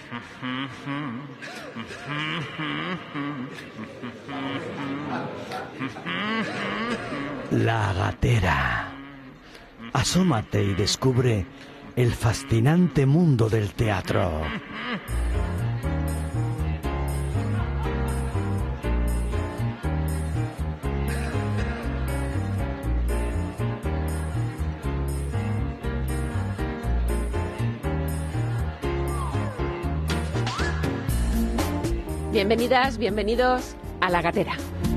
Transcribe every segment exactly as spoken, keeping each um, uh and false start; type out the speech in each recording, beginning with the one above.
La Gatera. Asómate y descubre el fascinante mundo del teatro. Bienvenidas, bienvenidos a La Gatera.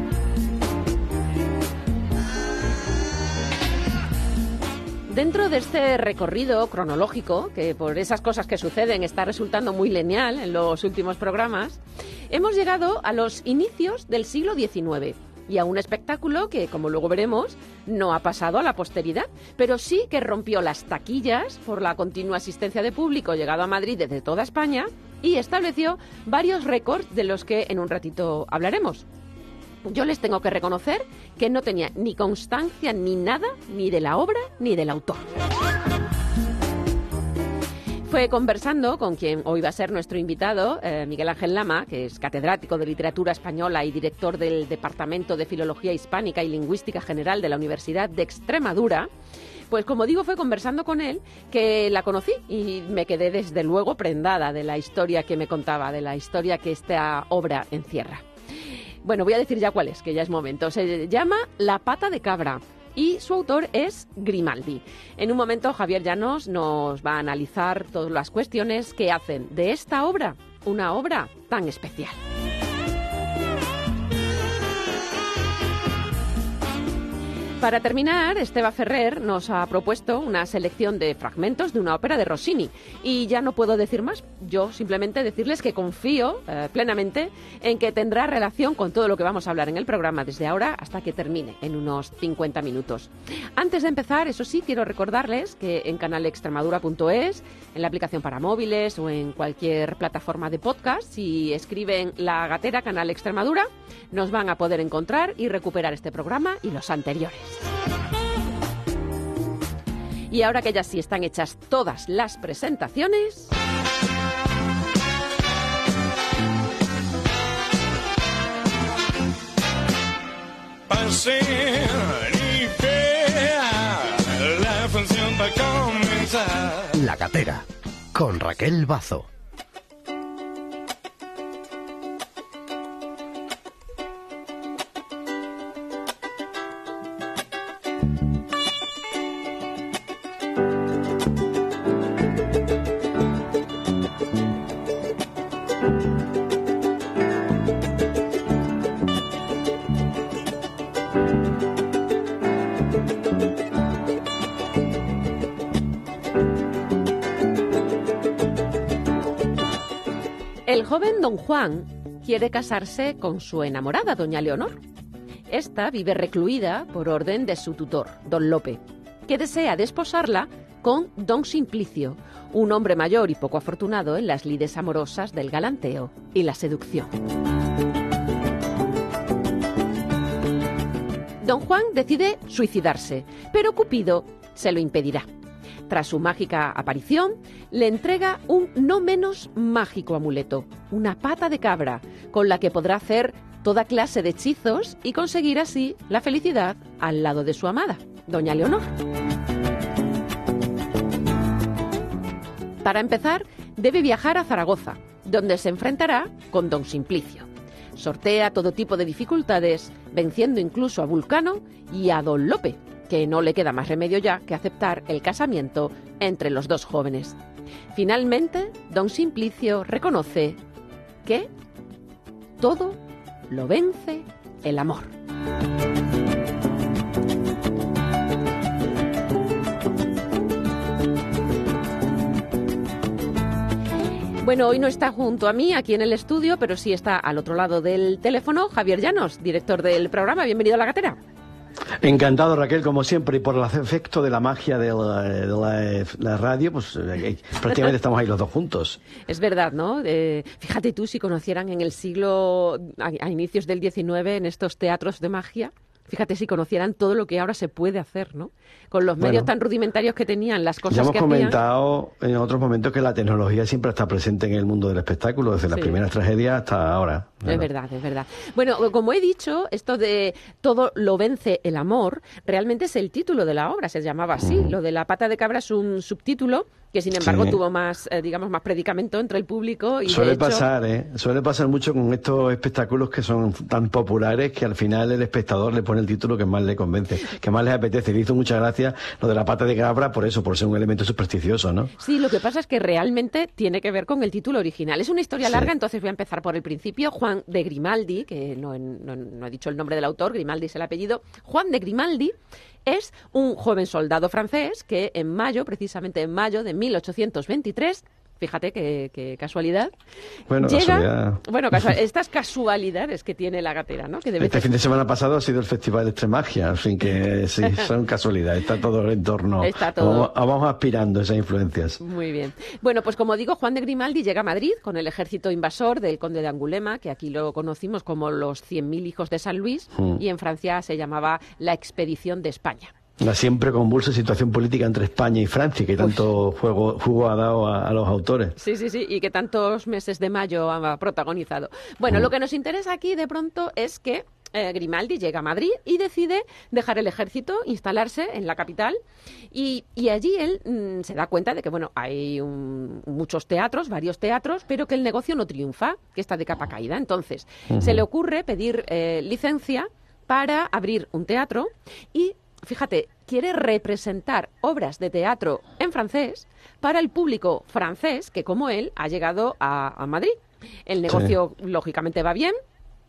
Dentro de este recorrido cronológico, que por esas cosas que suceden está resultando muy lineal en los últimos programas, hemos llegado a los inicios del siglo diecinueve y a un espectáculo que, como luego veremos, no ha pasado a la posteridad, pero sí que rompió las taquillas por la continua asistencia de público llegado a Madrid desde toda España y estableció varios récords de los que en un ratito hablaremos. Yo les tengo que reconocer que no tenía ni constancia ni nada, ni de la obra ni del autor. Fue conversando con quien hoy va a ser nuestro invitado, eh, Miguel Ángel Lama, que es catedrático de Literatura Española y director del Departamento de Filología Hispánica y Lingüística General de la Universidad de Extremadura. Pues como digo, fue conversando con él que la conocí y me quedé desde luego prendada de la historia que me contaba, de la historia que esta obra encierra. Bueno, voy a decir ya cuál es, que ya es momento. Se llama La pata de cabra y su autor es Grimaldi. En un momento Javier Llanos nos va a analizar todas las cuestiones que hacen de esta obra una obra tan especial. Para terminar, Esteba Ferrer nos ha propuesto una selección de fragmentos de una ópera de Rossini. Y ya no puedo decir más, yo simplemente decirles que confío eh, plenamente en que tendrá relación con todo lo que vamos a hablar en el programa desde ahora hasta que termine en unos cincuenta minutos. Antes de empezar, eso sí, quiero recordarles que en canal extremadura punto es, en la aplicación para móviles o en cualquier plataforma de podcast, si escriben La Gatera Canal Extremadura, nos van a poder encontrar y recuperar este programa y los anteriores. Y ahora que ya sí están hechas todas las presentaciones, la función va a comenzar. La Gatera, con Raquel Bazo. el joven don Juan quiere casarse con su enamorada, doña Leonor. Esta vive recluida por orden de su tutor, don Lope, que desea desposarla con don Simplicio, un hombre mayor y poco afortunado en las lides amorosas del galanteo y la seducción. Don Juan decide suicidarse, pero Cupido se lo impedirá. Tras su mágica aparición, le entrega un no menos mágico amuleto, una pata de cabra, con la que podrá hacer toda clase de hechizos y conseguir así la felicidad al lado de su amada, doña Leonor. Para empezar, debe viajar a Zaragoza, donde se enfrentará con don Simplicio. Sortea todo tipo de dificultades, venciendo incluso a Vulcano y a don Lope, que no le queda más remedio ya que aceptar el casamiento entre los dos jóvenes. Finalmente, don Simplicio reconoce que todo lo vence el amor. Bueno, hoy no está junto a mí aquí en el estudio, pero sí está al otro lado del teléfono Javier Llanos, director del programa. Bienvenido a La Gatera. Encantado, Raquel, como siempre, y por el efecto de la magia de la, de la, la radio, pues eh, prácticamente estamos ahí los dos juntos. Es verdad, ¿no? Eh, fíjate tú, si conocieran en el siglo, a, a inicios del diecinueve, en estos teatros de magia, Fíjate si conocieran todo lo que ahora se puede hacer, ¿no? Con los medios Bueno, tan rudimentarios que tenían, las cosas ya hemos que hacían. comentado en otros momentos que la tecnología siempre está presente en el mundo del espectáculo, desde las Sí. primeras tragedias hasta ahora. Es verdad, es verdad. Bueno, como he dicho, esto de todo lo vence el amor, realmente es el título de la obra, se llamaba así. Ujú. Lo de la pata de cabra es un subtítulo que, sin embargo, Sí. tuvo más, eh, digamos, más predicamento entre el público. Y Suele de hecho, pasar, ¿eh? Suele pasar mucho con estos espectáculos que son tan populares que al final el espectador le pone el título que más le convence, que más les apetece. Le hizo mucha gracia lo de la pata de cabra por eso, por ser un elemento supersticioso, ¿no? Sí, lo que pasa es que realmente tiene que ver con el título original. Es una historia Sí. larga, entonces voy a empezar por el principio. Juan de Grimaldi, que no, no, no he dicho el nombre del autor, Grimaldi es el apellido. Juan de Grimaldi es un joven soldado francés que en mayo, precisamente en mayo de mil ochocientos veintitrés, fíjate qué, qué casualidad, Bueno, llega, casualidad. bueno, casual- estas casualidades que tiene la gatera, ¿no? Que de Este veces fin de semana pasado ha sido el Festival de Extremagia, así que sí, son casualidades, está todo el entorno. Está todo. Vamos, vamos aspirando a esas influencias. Muy bien. Bueno, pues como digo, Juan de Grimaldi llega a Madrid con el ejército invasor del conde de Angulema, que aquí lo conocimos como los cien mil hijos de San Luis, Mm. y en Francia se llamaba la Expedición de España. La siempre convulsa situación política entre España y Francia, que tanto juego, jugo ha dado a, a los autores. Sí, sí, sí, y que tantos meses de mayo ha protagonizado. Bueno, Mm. lo que nos interesa aquí de pronto es que eh, Grimaldi llega a Madrid y decide dejar el ejército, instalarse en la capital, y, y allí él mm, se da cuenta de que, bueno, hay un- muchos teatros, varios teatros, pero que el negocio no triunfa, que está de capa caída. Entonces, se le ocurre pedir eh, licencia para abrir un teatro y, fíjate, quiere representar obras de teatro en francés para el público francés que, como él, ha llegado a, a Madrid. El negocio, lógicamente, va bien.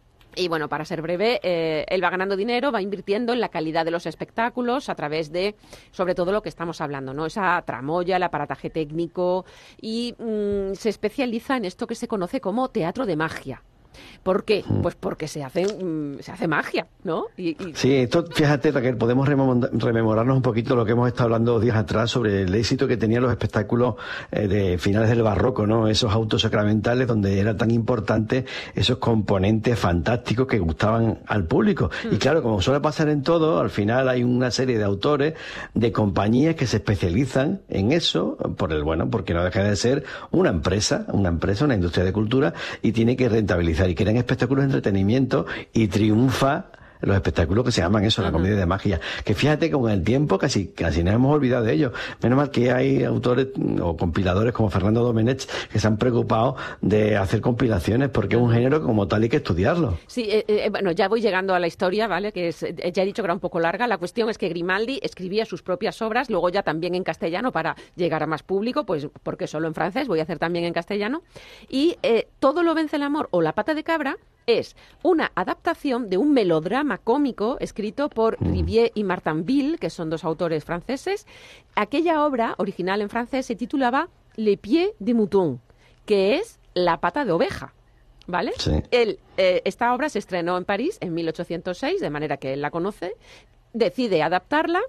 Y bueno, para ser breve, eh, él va ganando dinero, va invirtiendo en la calidad de los espectáculos a través de, sobre todo, lo que estamos hablando, ¿no? Esa tramoya, el aparataje técnico, y mm, se especializa en esto que se conoce como teatro de magia. ¿Por qué? Pues porque se hace, mm, se hace magia, ¿no? Y, y- Sí, esto, fíjate, Raquel, podemos rememon- rememorarnos un poquito lo que hemos estado hablando días atrás sobre el éxito que tenían los espectáculos eh, de finales del barroco, ¿no? Esos autos sacramentales donde era tan importante esos componentes fantásticos que gustaban al público. Y claro, como suele pasar en todo, al final hay una serie de autores, de compañías que se especializan en eso, por el bueno, porque no deja de ser una empresa, una empresa, una industria de cultura, y tiene que rentabilizar y crean espectáculos de entretenimiento, y triunfa los espectáculos que se llaman eso, la comedia de magia, que fíjate que con el tiempo casi casi nos hemos olvidado de ellos. Menos mal que hay autores mm, o compiladores como Fernando Domenech que se han preocupado de hacer compilaciones, porque es un género como tal hay que estudiarlo. Sí, eh, eh, bueno, ya voy llegando a la historia, ¿vale? Que es, eh, ya he dicho que era un poco larga. La cuestión es que Grimaldi escribía sus propias obras, luego ya también en castellano para llegar a más público, pues porque solo en francés, voy a hacer también en castellano. Y eh, Todo lo vence el amor o La pata de cabra es una adaptación de un melodrama cómico escrito por Mm. Rivière y Martinville, que son dos autores franceses. Aquella obra original en francés se titulaba Les pieds de mouton, que es la pata de oveja. ¿Vale? Sí. Él, eh, esta obra se estrenó en París en mil ochocientos seis, de manera que él la conoce, decide adaptarla,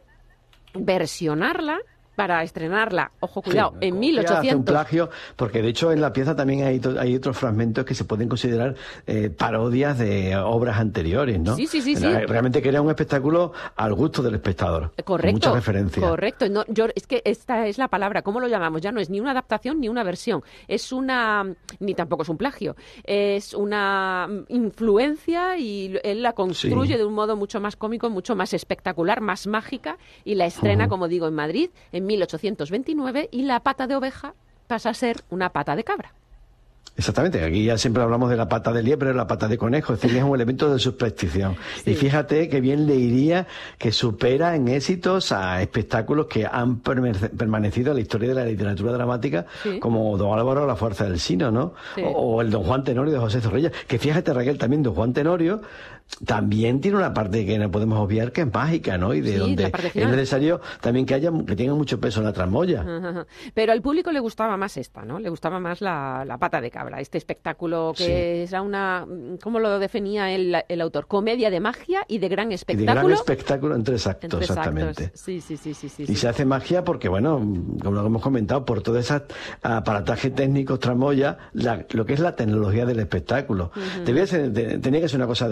versionarla para estrenarla, ojo, cuidado, Sí, en copia, mil hace un ochocientos. plagio, porque de hecho en la pieza también hay, to- hay otros fragmentos que se pueden considerar eh, parodias de obras anteriores, ¿no? Sí, sí, sí, sí. Re- Realmente crea un espectáculo al gusto del espectador. Correcto. Con mucha referencia. Correcto. No, yo, es que esta es la palabra. ¿Cómo lo llamamos? Ya no es ni una adaptación ni una versión. Es una. Ni tampoco es un plagio. Es una mm, influencia y él la construye Sí. de un modo mucho más cómico, mucho más espectacular, más mágica. Y la estrena, Ujú. como digo, en Madrid en mil ochocientos veintinueve. Y la pata de oveja pasa a ser una pata de cabra. Exactamente, aquí ya siempre hablamos de la pata de liebre, la pata de conejo, es decir, es un elemento de superstición. Sí. Y fíjate que bien le iría que supera en éxitos a espectáculos que han perme- permanecido en la historia de la literatura dramática, Sí. como Don Álvaro, La fuerza del Sino, ¿no? Sí. O, o el Don Juan Tenorio de José Zorrilla, que fíjate, Raquel, también Don Juan Tenorio también tiene una parte que no podemos obviar que es mágica, ¿no? Y de Sí, donde la parte es final. necesario también que haya que tenga mucho peso en la tramoya. Ajá, ajá. Pero al público le gustaba más esta, ¿no? Le gustaba más la, la pata de cabra, este espectáculo que era una, ¿cómo lo definía el, el autor? Comedia de magia y de gran Y de espectáculo. gran espectáculo en tres actos, en tres exactamente. actos. Sí, sí, sí, sí, sí. Y sí. se hace magia porque, bueno, como lo hemos comentado, por todo ese aparataje técnico, tramoya, la- lo que es la tecnología del espectáculo. Debía ser- te- tenía que ser una cosa, de luego, muy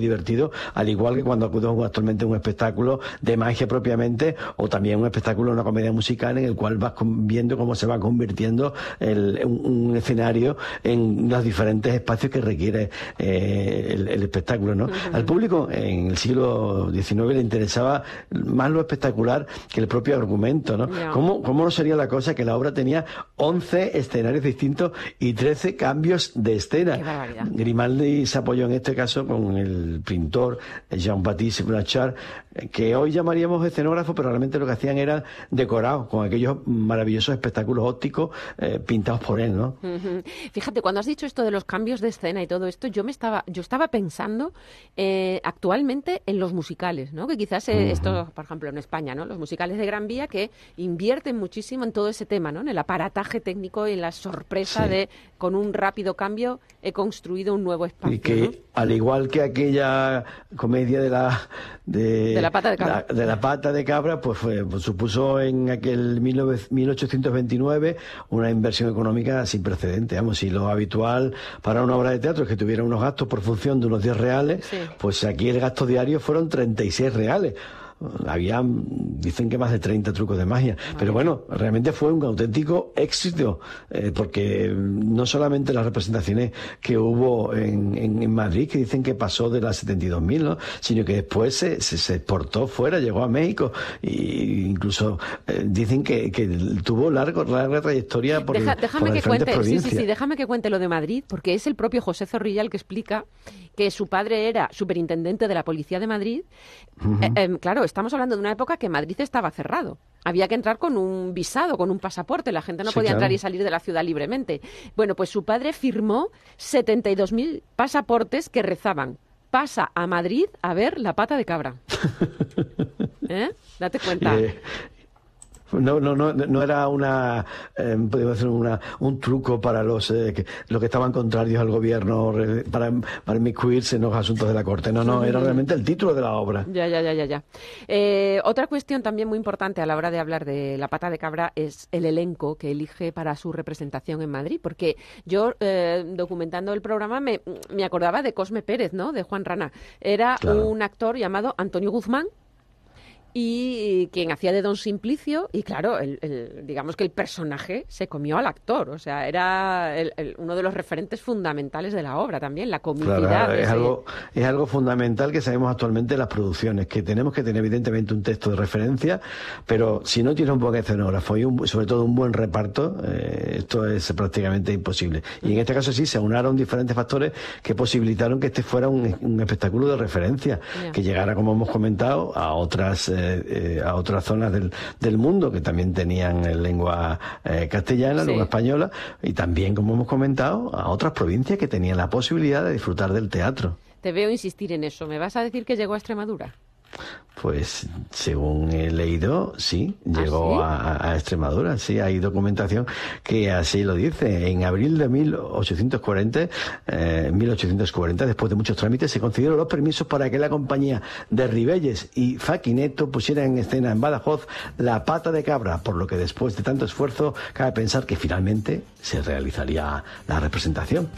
divertido, al igual que cuando acudimos actualmente a un espectáculo de magia propiamente, o también un espectáculo, una comedia musical en el cual vas viendo cómo se va convirtiendo el, un, un escenario en los diferentes espacios que requiere eh, el, el espectáculo, ¿no? Uh-huh. Al público en el siglo diecinueve le interesaba más lo espectacular que el propio argumento, ¿no? Yeah. ¿Cómo, ¿Cómo no sería la cosa que la obra tenía once escenarios distintos y trece cambios de escena? Grimaldi se apoyó en este caso con el pintor Jean-Baptiste Blanchard, que hoy llamaríamos escenógrafo, pero realmente lo que hacían era decorados con aquellos maravillosos espectáculos ópticos eh, pintados por él, ¿no? Uh-huh. Fíjate, cuando has dicho esto de los cambios de escena y todo esto, yo me estaba, yo estaba pensando eh, actualmente en los musicales, ¿no? Que quizás eh, uh-huh. esto, por ejemplo, en España, ¿no? Los musicales de Gran Vía que invierten muchísimo en todo ese tema, ¿no? En el aparataje técnico y en la sorpresa sí. de, con un rápido cambio, he construido un nuevo espacio. Y que, ¿no? Al igual que aquella comedia de la de, de la pata de cabra, la, de la pata de cabra, pues, fue, pues supuso en aquel mil ochocientos veintinueve una inversión económica sin precedentes. Vamos, si lo habitual para una obra de teatro es que tuviera unos gastos por función de unos diez reales, sí. pues aquí el gasto diario fueron treinta y seis reales. Había, dicen que más de treinta trucos de magia, Madre. Pero bueno, realmente fue un auténtico éxito, eh, porque no solamente las representaciones que hubo en, en, en Madrid, que dicen que pasó de las setenta y dos mil, ¿no? Sino que después se, se, se exportó fuera, llegó a México, e incluso eh, dicen que, que tuvo largo, larga trayectoria por, Deja, el, déjame por que diferentes cuente, provincias. Sí, sí, sí, déjame que cuente lo de Madrid, porque es el propio José Zorrilla el que explica que su padre era superintendente de la Policía de Madrid. Uh-huh. eh, eh, claro, estamos hablando de una época que Madrid estaba cerrado. Había que entrar con un visado, con un pasaporte. La gente no sí, podía claro. entrar y salir de la ciudad libremente. Bueno, pues su padre firmó setenta y dos mil pasaportes que rezaban: pasa a Madrid a ver la pata de cabra. ¿Eh? Date cuenta. Yeah. No, no, no, no era una, eh, podemos decir una, un truco para los, eh, que, los que estaban contrarios al gobierno para, para inmiscuirse en los asuntos de la corte. No, no, era realmente el título de la obra. Ya, ya, ya, ya, ya. Eh, otra cuestión también muy importante a la hora de hablar de la pata de cabra es el elenco que elige para su representación en Madrid, porque yo, eh, documentando el programa, me, me acordaba de Cosme Pérez, ¿no? De Juan Rana. Era claro. un actor llamado Antonio Guzmán, y quien hacía de Don Simplicio, y claro, el, el, digamos que el personaje se comió al actor, o sea, era el, el, uno de los referentes fundamentales de la obra también, la comicidad. Claro, es, ese... algo, es algo fundamental que sabemos actualmente en las producciones, que tenemos que tener evidentemente un texto de referencia, pero si no tienes un buen escenógrafo y un, sobre todo un buen reparto, eh, esto es prácticamente imposible. Y en este caso sí, se aunaron diferentes factores que posibilitaron que este fuera un, un espectáculo de referencia, yeah. que llegara, como hemos comentado, a otras... Eh, Eh, a otras zonas del, del mundo que también tenían lengua eh, castellana, sí. lengua española, y también, como hemos comentado, a otras provincias que tenían la posibilidad de disfrutar del teatro. Te veo insistir en eso. ¿Me vas a decir que llegó a Extremadura? Pues según he leído, sí, llegó ¿Ah, sí? A, a Extremadura, sí, hay documentación que así lo dice. En abril de mil ochocientos cuarenta, eh, mil ochocientos cuarenta, después de muchos trámites, se concedieron los permisos para que la compañía de Ribelles y Faquineto pusiera en escena en Badajoz la pata de cabra, por lo que después de tanto esfuerzo cabe pensar que finalmente se realizaría la representación.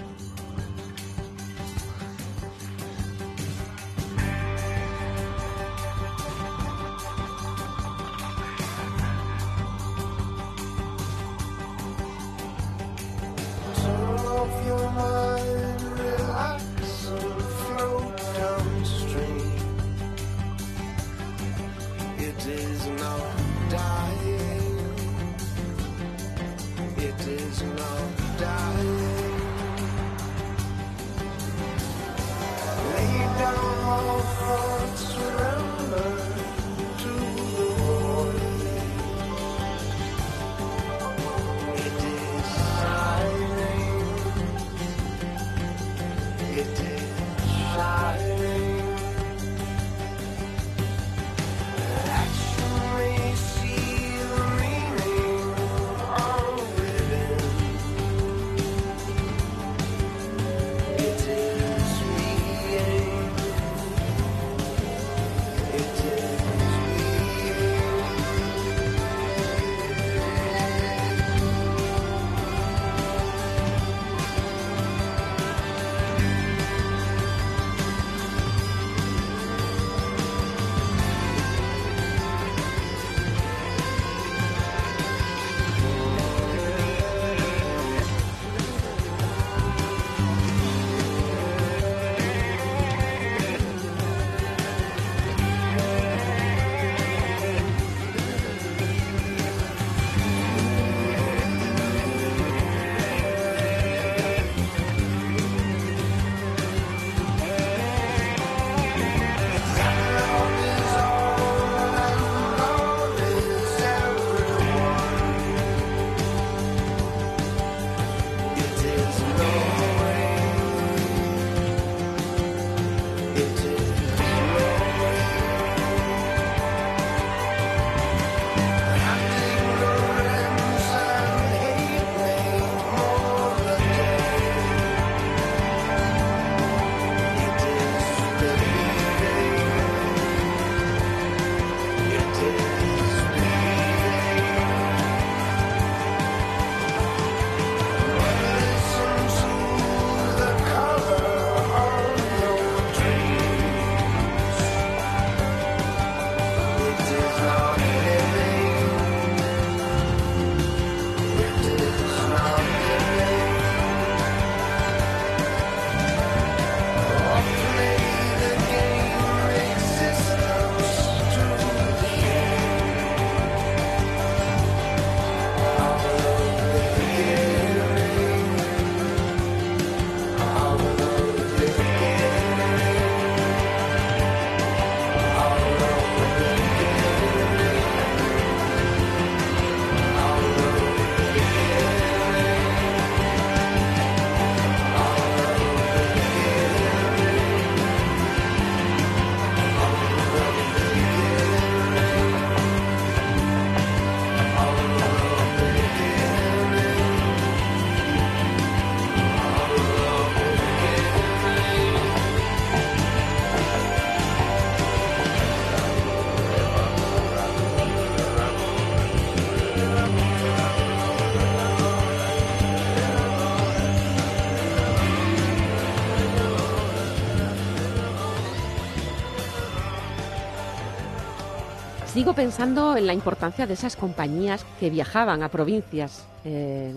sigo pensando en la importancia de esas compañías que viajaban a provincias. Eh,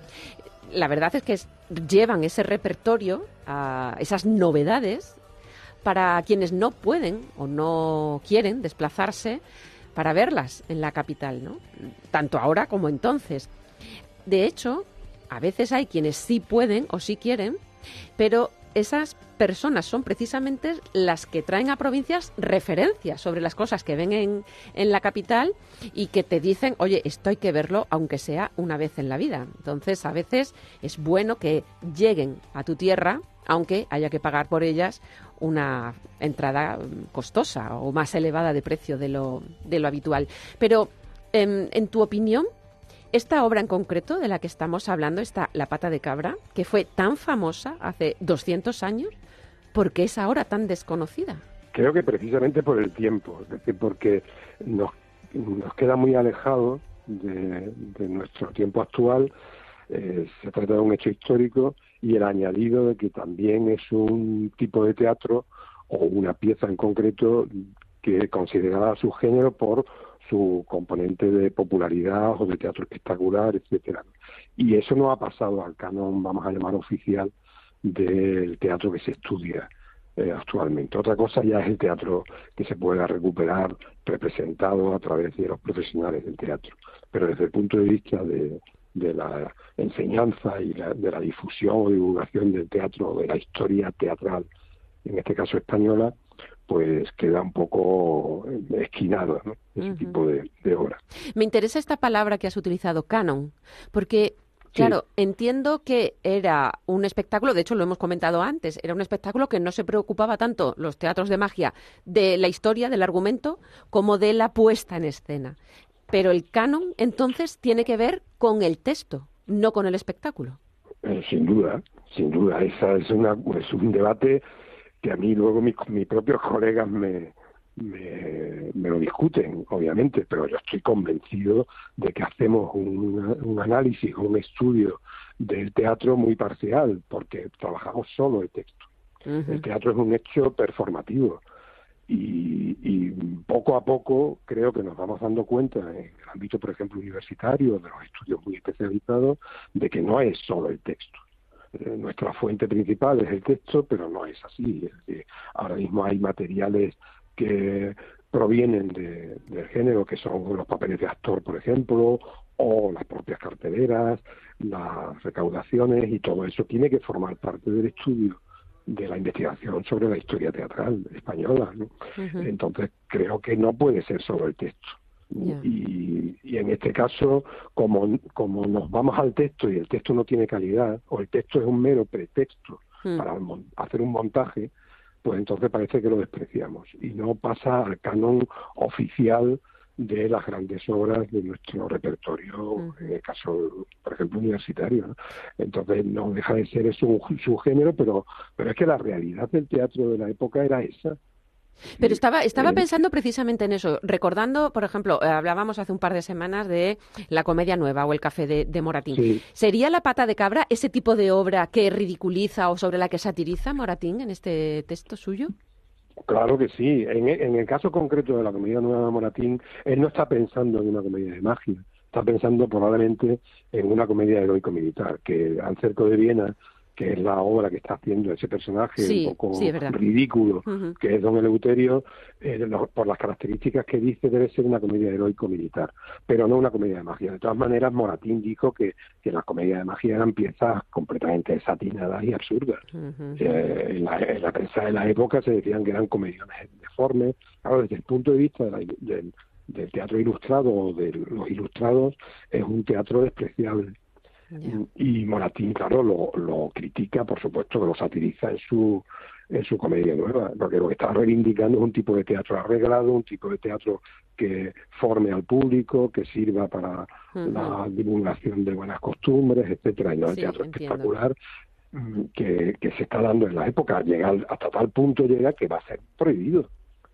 la verdad es que es, llevan ese repertorio, a esas novedades, para quienes no pueden o no quieren desplazarse para verlas en la capital, ¿no? Tanto ahora como entonces. De hecho, a veces hay quienes sí pueden o sí quieren, pero esas personas son precisamente las que traen a provincias referencias sobre las cosas que ven en, en la capital y que te dicen, oye, esto hay que verlo aunque sea una vez en la vida. Entonces, a veces es bueno que lleguen a tu tierra, aunque haya que pagar por ellas una entrada costosa o más elevada de precio de lo, de lo habitual. Pero, en, en tu opinión, esta obra en concreto de la que estamos hablando, esta La pata de cabra, que fue tan famosa hace doscientos años, ¿por qué es ahora tan desconocida? Creo que precisamente por el tiempo, es decir, porque nos, nos queda muy alejado de, de nuestro tiempo actual. Eh, se trata de un hecho histórico y el añadido de que también es un tipo de teatro o una pieza en concreto que considerada su género por su componente de popularidad o de teatro espectacular, etcétera. Y eso no ha pasado al canon, vamos a llamar oficial, del teatro que se estudia eh, actualmente. Otra cosa ya es el teatro que se pueda recuperar representado a través de los profesionales del teatro. Pero desde el punto de vista de, de la enseñanza y la, de la difusión o divulgación del teatro, de la historia teatral, en este caso española, pues queda un poco esquinado, ¿no?, ese uh-huh. tipo de, de obra. Me interesa esta palabra que has utilizado, canon, porque, claro, sí. entiendo que era un espectáculo, de hecho lo hemos comentado antes, era un espectáculo que no se preocupaba tanto, los teatros de magia, de la historia, del argumento, como de la puesta en escena. Pero el canon, entonces, tiene que ver con el texto, no con el espectáculo. Eh, sin duda, sin duda. Esa es, una, es un debate que a mí luego mis, mis propios colegas me, me, me lo discuten, obviamente, pero yo estoy convencido de que hacemos un, un análisis, un estudio del teatro muy parcial, porque trabajamos solo el texto. Uh-huh. El teatro es un hecho performativo y, y poco a poco creo que nos vamos dando cuenta en el ámbito, por ejemplo, universitario, de los estudios muy especializados, de que no es solo el texto. Nuestra fuente principal es el texto, pero no es así. Es decir, ahora mismo hay materiales que provienen de, del género, que son los papeles de actor, por ejemplo, o las propias carteleras, las recaudaciones, y todo eso tiene que formar parte del estudio de la investigación sobre la historia teatral española, ¿no? Uh-huh. Entonces creo que no puede ser solo el texto. Yeah. Y, y en este caso, como, como nos vamos al texto y el texto no tiene calidad, o el texto es un mero pretexto mm. para hacer un montaje, pues entonces parece que lo despreciamos y no pasa al canon oficial de las grandes obras de nuestro repertorio, mm. en el caso, por ejemplo, universitario, ¿no? Entonces no deja de ser eso un subgénero, pero, pero es que la realidad del teatro de la época era esa. Pero estaba estaba pensando precisamente en eso, recordando, por ejemplo, eh, hablábamos hace un par de semanas de La comedia nueva o El café de, de Moratín. Sí. ¿Sería La pata de cabra ese tipo de obra que ridiculiza o sobre la que satiriza Moratín en este texto suyo? Claro que sí. En, en el caso concreto de La comedia nueva de Moratín, él no está pensando en una comedia de magia, está pensando probablemente en una comedia heroico-militar, que Al cerco de Viena, que es la obra que está haciendo ese personaje sí, un poco sí, ridículo, uh-huh. que es don Eleuterio, eh, lo, por las características que dice, debe ser una comedia heroico-militar, pero no una comedia de magia. De todas maneras, Moratín dijo que, que las comedias de magia eran piezas completamente desatinadas y absurdas. Uh-huh. Eh, en, la, en la prensa de la época se decían que eran comediones deformes. Claro, desde el punto de vista de la, de, del teatro ilustrado o de los ilustrados, es un teatro despreciable. Yeah. Y Moratín, claro, lo, lo critica, por supuesto, que lo satiriza en su en su comedia nueva, porque lo que está reivindicando es un tipo de teatro arreglado, un tipo de teatro que forme al público, que sirva para uh-huh. la divulgación de buenas costumbres, etcétera, y no el sí, teatro entiendo. espectacular que, que se está dando en la época. Llega hasta tal punto llega que va a ser prohibido.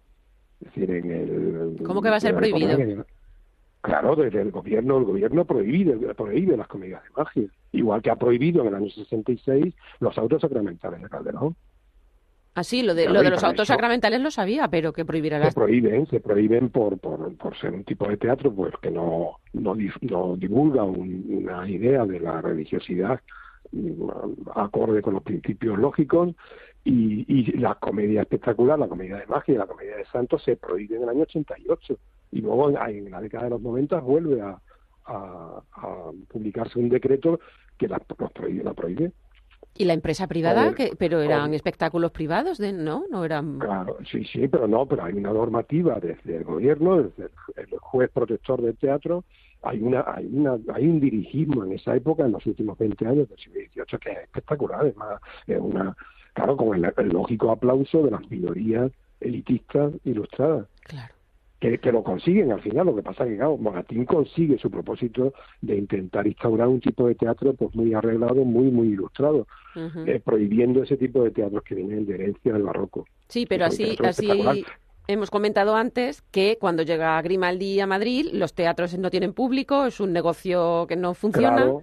Es decir, en el ¿Cómo que va a ser prohibido? Comedia, Claro, desde el gobierno, el gobierno prohíbe, prohíbe las comedias de magia, igual que ha prohibido en el año sesenta y seis los autos sacramentales de Calderón. Ah, sí, lo de, Claro, lo de y los para autos eso sacramentales lo sabía, pero que prohibirá se las... prohíben, se prohíben por, por, por ser un tipo de teatro pues que no, no, dif- no divulga un- una idea de la religiosidad mm, acorde con los principios lógicos, y, y la comedia espectacular, la comedia de magia y la comedia de santos se prohíben en el año ochenta y ocho, y luego en, en la década de los noventa vuelve a, a, a publicarse un decreto que la, los prohíbe, la prohíbe. ¿Y la empresa privada? Con- Que, pero eran con- espectáculos privados, de, ¿no? No eran... Claro, sí, sí, pero no, pero hay una normativa desde el gobierno, desde el, el juez protector del teatro, hay una, hay una, hay un dirigismo en esa época, en los últimos veinte años del siglo dieciocho, que es espectacular, es más, es una, claro, con el, el lógico aplauso de las minorías elitistas ilustradas. Claro. Que, que lo consiguen al final. Lo que pasa es que, claro, Moratín consigue su propósito de intentar instaurar un tipo de teatro pues muy arreglado, muy muy ilustrado, Ujú. eh, prohibiendo ese tipo de teatros que vienen de herencia del barroco. Sí, pero Es un así, teatro espectacular. así hemos comentado antes que cuando llega Grimaldi a Madrid, los teatros no tienen público, es un negocio que no funciona. Claro,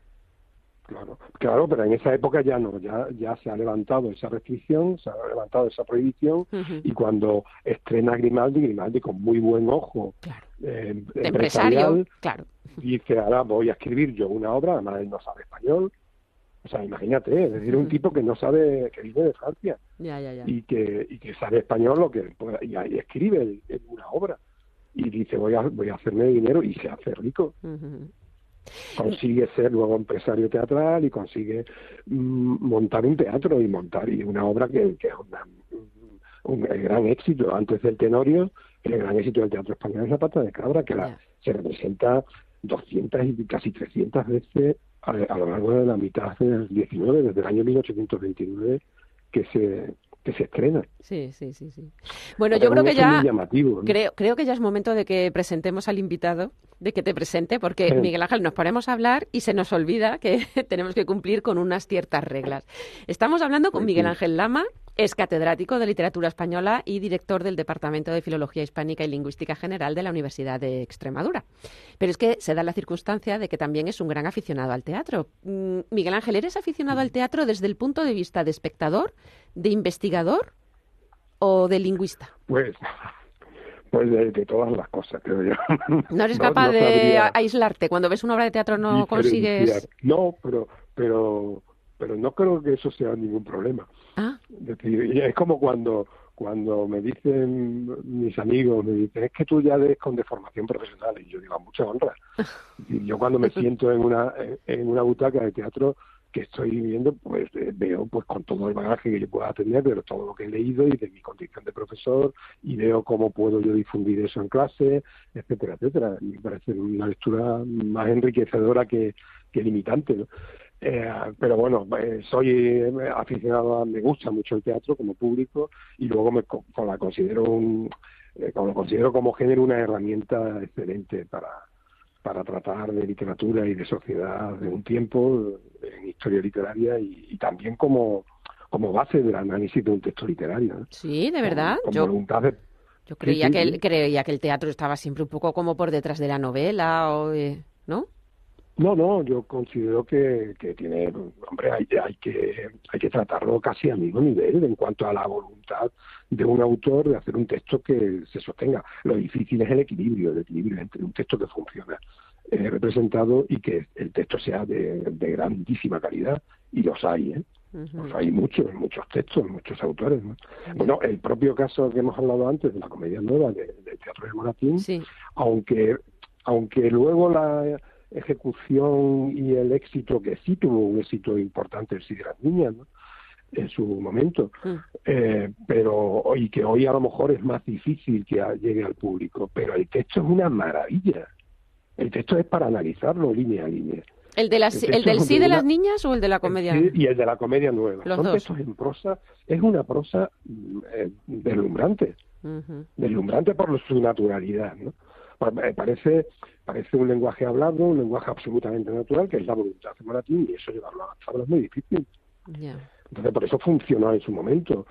claro, claro, pero en esa época ya no, ya, ya se ha levantado esa restricción, se ha levantado esa prohibición, Ujú. y cuando estrena Grimaldi, Grimaldi con muy buen ojo Claro. eh, De empresario, empresarial, claro. dice, ahora voy a escribir yo una obra, además él no sabe español, o sea, imagínate, es decir, un Ujú. tipo que no sabe, que vive de Francia, Ya, ya, ya. y que, y que sabe español, lo que pueda- y ahí escribe el- el- una obra, y dice, voy a, voy a hacerme dinero, y se hace rico. Ujú. Consigue ser luego empresario teatral y consigue mm, montar un teatro y montar y una obra que, que es una- un, el gran éxito. Antes del Tenorio, el gran éxito del teatro español es La Pata de Cabra, que la, Ya. se representa doscientas y casi trescientas veces a, a lo largo de la mitad del diecinueve, desde el año mil ochocientos veintinueve que se que se estrena. Sí, sí, sí, sí. Bueno, Es yo un creo que hecho ya muy llamativo, ¿no? creo, creo que ya es momento de que presentemos al invitado, de que te presente, porque Sí. Miguel Ángel, nos ponemos a hablar y se nos olvida que tenemos que cumplir con unas ciertas reglas. Estamos hablando con Pues Miguel sí. Ángel Lama, es catedrático de Literatura Española y director del Departamento de Filología Hispánica y Lingüística General de la Universidad de Extremadura. Pero es que se da la circunstancia de que también es un gran aficionado al teatro. Mm, Miguel Ángel, ¿eres aficionado al teatro desde el punto de vista de espectador, de investigador o de lingüista? Pues, pues de, de todas las cosas, creo yo. ¿No eres No- capaz no de sabría aislarte? Cuando ves una obra de teatro no diferenciar. consigues... No, pero, pero, pero no creo que eso sea ningún problema. Ah, Es decir, es como cuando cuando me dicen mis amigos, me dicen, es que tú ya eres con deformación profesional, y yo digo, a mucha honra. Y yo cuando me siento en una en una butaca de teatro que estoy viviendo, pues eh, veo pues con todo el bagaje que yo pueda tener, pero todo lo que he leído y de mi condición de profesor, y veo cómo puedo yo difundir eso en clase, etcétera, etcétera. Y me parece una lectura más enriquecedora que, que limitante, ¿no? Eh, pero bueno, eh, soy eh, aficionado, a, me gusta mucho el teatro como público, y luego me co- la considero un, eh, como lo considero como género una herramienta excelente para para tratar de literatura y de sociedad de un tiempo, en historia literaria, y, y también como, como base del análisis de un texto literario, ¿no? sí, de verdad. Con, con Yo, voluntad de... yo creía, sí, que el, sí. creía que el teatro estaba siempre un poco como por detrás de la novela, o de- ¿no? No, no, yo considero que, que tiene, hombre, hay, hay que hay que tratarlo casi al mismo nivel en cuanto a la voluntad de un autor de hacer un texto que se sostenga. Lo difícil es el equilibrio, el equilibrio entre un texto que funciona eh, representado y que el texto sea de, de grandísima calidad, y los hay, ¿eh? Ujú. Los hay muchos, muchos textos, muchos autores, ¿no? Bueno, el propio caso que hemos hablado antes de la comedia nueva de- del Teatro de Moratín, Sí, aunque aunque luego la ejecución y el éxito, que sí tuvo un éxito importante, el Sí de las Niñas, ¿no?, en su momento, Mm. eh, pero y que hoy a lo mejor es más difícil que a- llegue al público, pero el texto es una maravilla. El texto es para analizarlo línea a línea. ¿El, de las, El ¿el del texto sí de de una- las niñas o el de la comedia? Sí, y el de la comedia nueva. Los Son dos. textos en prosa, es una prosa mm, eh, deslumbrante, Ujú. deslumbrante por su naturalidad, ¿no? Pa- eh, Parece, parece un lenguaje hablado, un lenguaje absolutamente natural, que es la voluntad de Moratín, y eso llevarlo a las tablas es muy difícil. Ya. Entonces, por eso funcionó en su momento.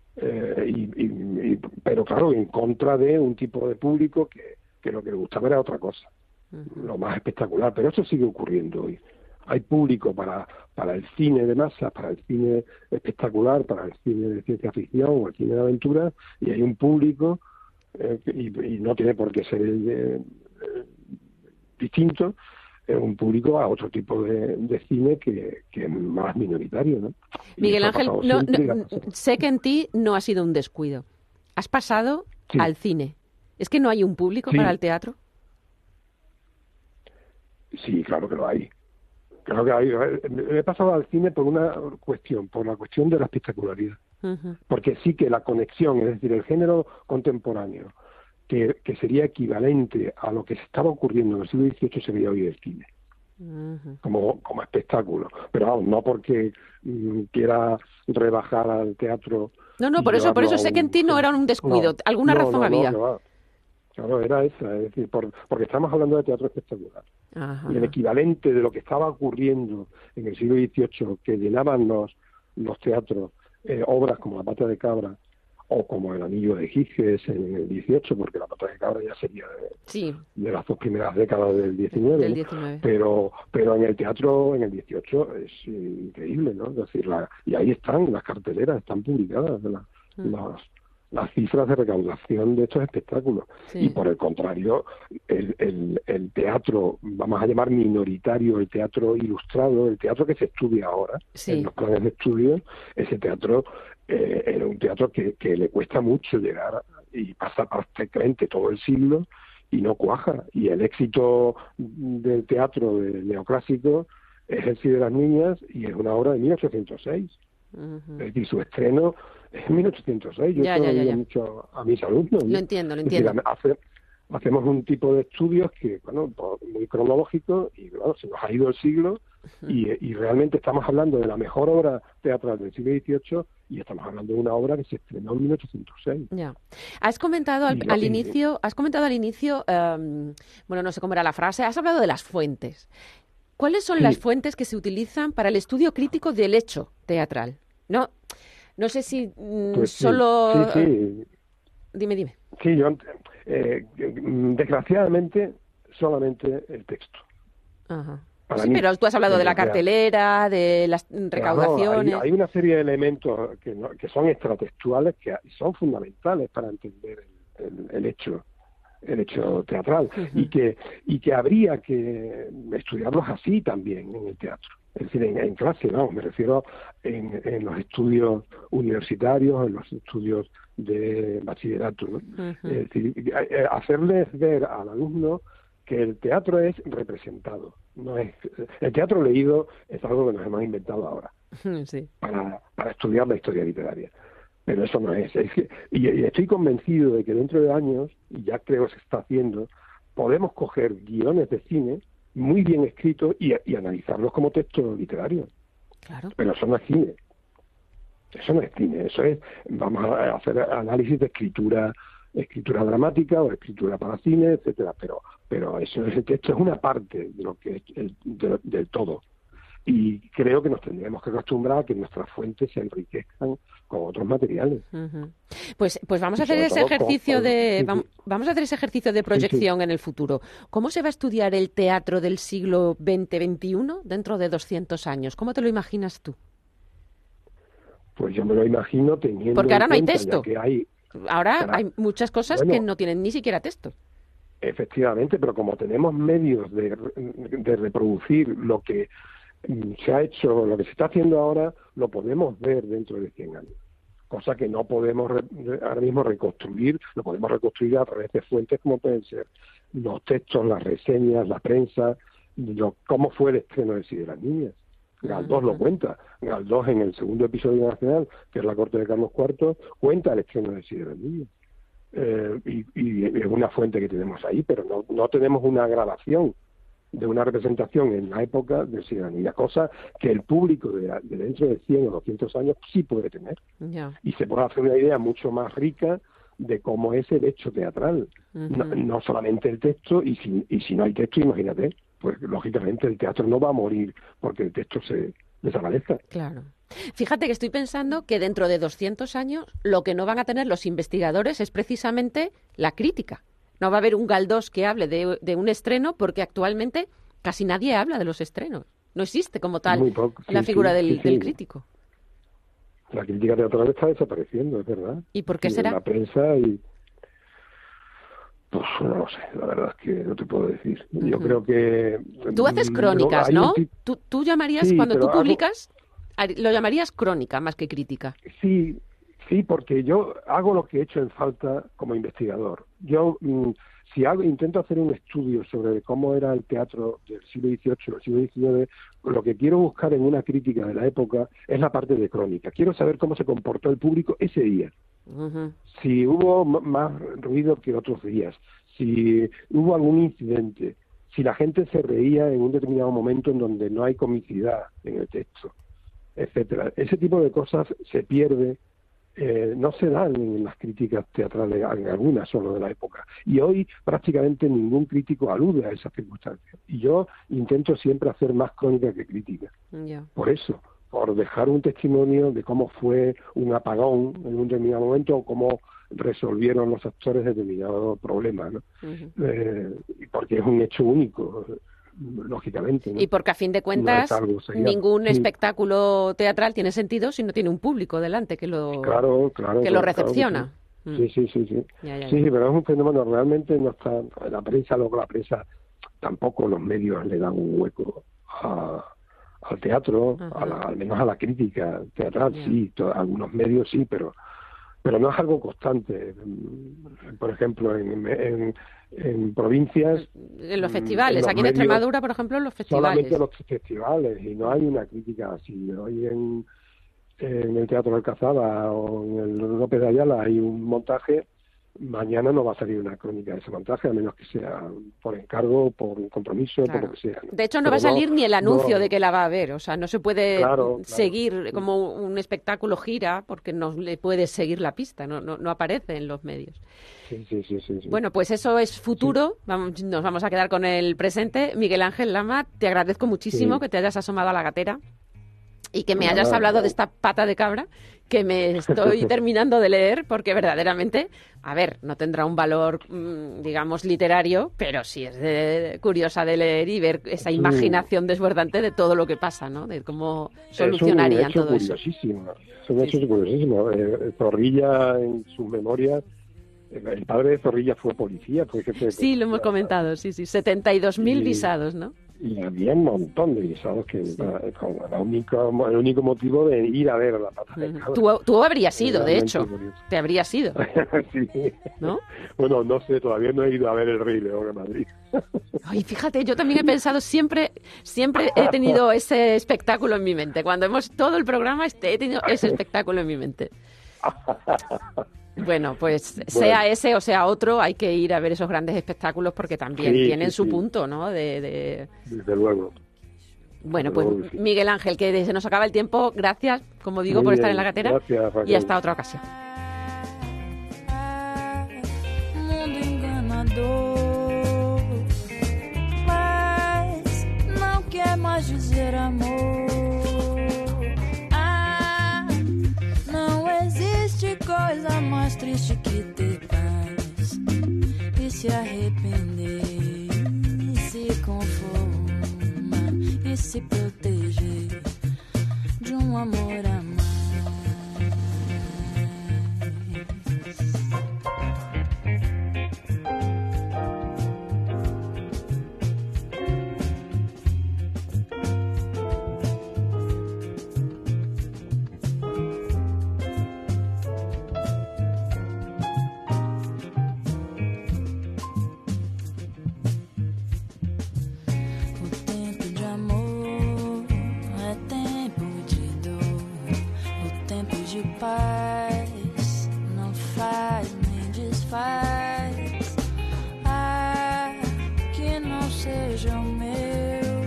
Eh, y, y- y- pero claro, en contra de un tipo de público que, que lo que le gustaba era otra cosa, Ujú. lo más espectacular. Pero eso sigue ocurriendo hoy. Hay público para, para el cine de masa, para el cine espectacular, para el cine de ciencia ficción o el cine de aventura, y hay un público, eh, y, y no tiene por qué ser eh, eh, distinto, eh, un público a otro tipo de, de cine que, que es más minoritario, ¿no? Miguel Ángel, no, no, sé que en ti no ha sido un descuido. Has pasado sí. al cine. ¿Es que no hay un público sí. para el teatro? Sí, claro que lo hay. Claro que hay. He pasado al cine por una cuestión, por la cuestión de la espectacularidad. Uh-huh. Porque sí que la conexión, es decir, el género contemporáneo, que, que sería equivalente a lo que se estaba ocurriendo en el siglo dieciocho, se veía hoy el cine. Uh-huh. Como, como espectáculo. Pero vamos, no porque mm, quiera rebajar al teatro. No, no, por eso, por eso sé que en ti no era un descuido. No, Alguna no, razón no, había. No, no, Claro, era esa, es decir, por, porque estamos hablando de teatro espectacular. Ajá. Y el equivalente de lo que estaba ocurriendo en el siglo dieciocho, que llenaban los, los teatros, eh, obras como La Pata de Cabra o como El Anillo de Giges en el dieciocho, porque La Pata de Cabra ya sería de, sí. de las dos primeras décadas del diecinueve, del ¿no? diecinueve. Pero, pero en el teatro, en el dieciocho, es increíble, ¿no? Es decir, la, y ahí están las carteleras, están publicadas la, mm. las las cifras de recaudación de estos espectáculos. Sí. Y por el contrario, el, el, el teatro, vamos a llamar minoritario, el teatro ilustrado, el teatro que se estudia ahora, sí. en los planes de estudio, ese teatro eh, era un teatro que, que le cuesta mucho llegar y pasa prácticamente todo el siglo y no cuaja. Y el éxito del teatro de neoclásico es El Cid de las Niñas y es una obra de mil ochocientos seis. Uh-huh. Es decir, su estreno es en mil ochocientos seis. Yo ya, esto ya, lo ya, digo ya. mucho a mis alumnos, ¿no? Lo entiendo, lo entiendo. Es decir, hace, hacemos un tipo de estudios que, bueno, muy cronológico y, claro, se nos ha ido el siglo uh-huh. y, y realmente estamos hablando de la mejor obra teatral del siglo dieciocho y estamos hablando de una obra que se estrenó en mil ochocientos seis. Ya. Has comentado al, al inicio, has comentado al inicio, um, bueno, no sé cómo era la frase, has hablado de las fuentes. ¿Cuáles son sí. las fuentes que se utilizan para el estudio crítico del hecho teatral? No, no sé si mm, pues sí, solo... Sí, sí. Dime, dime. Sí, yo, eh, desgraciadamente, solamente el texto. Ajá. Para sí, mí, pero tú has hablado de la cartelera, de las recaudaciones... Claro, hay, hay una serie de elementos que, no, que son extratextuales, que son fundamentales para entender el, el, el hecho el hecho teatral, uh-huh. y que y que habría que estudiarlos así también en el teatro. Es decir, en, en clase, vamos, me refiero en, en los estudios universitarios, en los estudios de bachillerato, ¿no? Uh-huh. Es decir, hacerles ver al alumno que el teatro es representado, no es el teatro leído es algo que nos hemos inventado ahora sí. para, para estudiar la historia literaria. Pero eso no es. es que, y, y estoy convencido de que dentro de años, y ya creo que se está haciendo, podemos coger guiones de cine muy bien escritos y, y analizarlos como texto literario. Claro. Pero eso no es cine. Eso no es cine. Eso es, vamos a hacer análisis de escritura, escritura dramática o escritura para cine, etcétera. Pero, pero eso, ese texto es una parte de lo que es el, de, del todo. Y creo que nos tendremos que acostumbrar a que nuestras fuentes se enriquezcan con otros materiales. Uh-huh. Pues, pues vamos a hacer ese ejercicio con, de vamos, vamos a hacer ese ejercicio de proyección sí, sí. en el futuro. ¿Cómo se va a estudiar el teatro del siglo veinte veintiuno dentro de doscientos años? ¿Cómo te lo imaginas tú? Pues yo me lo imagino teniendo Porque ahora en no hay cuenta, texto. Que hay, ahora para, hay muchas cosas bueno, que no tienen ni siquiera texto. Efectivamente, pero como tenemos medios de, de reproducir lo que se ha hecho, lo que se está haciendo ahora, lo podemos ver dentro de cien años. Cosa que no podemos re, ahora mismo reconstruir, lo podemos reconstruir a través de fuentes como pueden ser los textos, las reseñas, la prensa, lo, cómo fue el estreno de Cid de las Niñas. Galdós lo cuenta. Galdós en el segundo episodio nacional, que es la corte de Carlos cuarto, cuenta el estreno de Cid de las Niñas. Eh, y, y es una fuente que tenemos ahí, pero no, no tenemos una grabación de una representación en la época de Cid de las Niñas, cosa que el público de, de dentro de cien o doscientos años sí puede tener. Yeah. Y se puede hacer una idea mucho más rica de cómo es el hecho teatral. Uh-huh. No, no solamente el texto, y si, y si no hay texto, imagínate, pues lógicamente el teatro no va a morir porque el texto se desaparezca. Claro. Fíjate que estoy pensando que dentro de doscientos años lo que no van a tener los investigadores es precisamente la crítica. No va a haber un Galdós que hable de, de un estreno porque actualmente casi nadie habla de los estrenos. No existe como tal Muy poco, sí, la figura sí, del, sí, sí. del crítico. La crítica teatral está desapareciendo, es verdad. ¿Y por qué Y será? La prensa y... Pues no lo sé, la verdad es que no te puedo decir. Yo Ujú. creo que... Tú haces mm, crónicas, hay un ¿no? tip- Tú, tú llamarías, Sí, cuando pero tú hago- publicas, har- lo llamarías crónica más que crítica. Sí, sí, porque yo hago lo que he hecho en falta como investigador. Yo, mm, si hago, intento hacer un estudio sobre cómo era el teatro del siglo dieciocho, del siglo diecinueve, lo que quiero buscar en una crítica de la época es la parte de crónica. Quiero saber cómo se comportó el público ese día. Ujú. Si hubo m- más ruido que otros días, si hubo algún incidente, si la gente se reía en un determinado momento en donde no hay comicidad en el texto, etcétera. Ese tipo de cosas se pierde, eh, no se dan en las críticas teatrales, en algunas solo de la época. Y hoy prácticamente ningún crítico alude a esas circunstancias. Y yo intento siempre hacer más crónica que crítica. Ya. Por eso, por dejar un testimonio de cómo fue un apagón en un determinado momento o cómo resolvieron los actores determinados problemas, ¿no? Ujú. Eh, porque es un hecho único, lógicamente, ¿no? Y porque a fin de No cuentas, es algo seriado. ningún Sí. espectáculo teatral tiene sentido si no tiene un público delante que lo, Claro, claro. que lo claro, claro que recepciona. sí. Mm. Sí, sí, sí, sí. Ya, ya, Sí, ya. pero es un fenómeno, realmente no está, la prensa, luego la prensa, tampoco los medios le dan un hueco a, al teatro, Ajá. a la- al menos a la crítica teatral, Ya. sí, to- algunos medios sí, pero pero no es algo constante. Mm, Por ejemplo, en, en, en provincias, En los mm, festivales, en los aquí en medios, Extremadura, por ejemplo, en los festivales. solamente los festivales, y no hay una crítica así. Hoy en, en el Teatro Alcazaba o en el López de Ayala hay un montaje, mañana no va a salir una crónica de ese montaje, a menos que sea por encargo, por un compromiso, Claro. por lo que sea, ¿no? De hecho, no Pero va a salir ni el anuncio no- de que la va a ver. O sea, no se puede Claro, claro. seguir como un espectáculo gira porque no le puede seguir la pista, no, no, no aparece en los medios. Sí, sí, sí, sí, sí. Bueno, pues eso es futuro. Vamos, nos vamos a quedar con el presente. Miguel Ángel Lama, te agradezco muchísimo Sí. que te hayas asomado a la gatera y que me Nada, hayas hablado no. de esta pata de cabra que me estoy terminando de leer porque verdaderamente, a ver, no tendrá un valor, mm, digamos, literario, pero sí es de- curiosa de leer y ver esa Sí. imaginación desbordante de todo lo que pasa, ¿no? De cómo Es un solucionarían hecho todo eso. curiosísimo, es un hecho curiosísimo. Eh, Zorrilla, en sus memorias, eh, el padre de Zorrilla fue policía, fue jefe de Sí, lo hemos policía. comentado, sí, sí. setenta y dos mil Sí. visados, ¿no? Y había un montón de visados que eh, con la única, el único motivo de ir a ver la pata de cabra. Tú, tú habrías ido, de Realmente hecho. curioso. Te habrías ido, Sí. ¿no? Bueno, no sé, todavía no he ido a ver el Rey León en Madrid. Ay, fíjate, yo también he pensado, siempre siempre he tenido ese espectáculo en mi mente. Cuando hemos todo el programa, este, he tenido ese espectáculo en mi mente. Bueno, pues sea ese o sea otro, hay que ir a ver esos grandes espectáculos porque también Sí, tienen sí, su sí. punto, ¿no? De, de- Desde luego. Bueno, Desde pues luego que sí. Miguel Ángel, que se nos acaba el tiempo. Gracias, como digo, Muy por estar bien, en la gatera. gracias, Raquel. Y hasta otra ocasión. Mundo enganador, mas não quer mais dizer amor. Ah, não existe coisa mais triste que ter paz e se arrepender, e se conformar e se proteger de um amor a mais. O tempo de amor é tempo de dor. O tempo de paz não faz nem desfaz. Ah, que não seja o meu.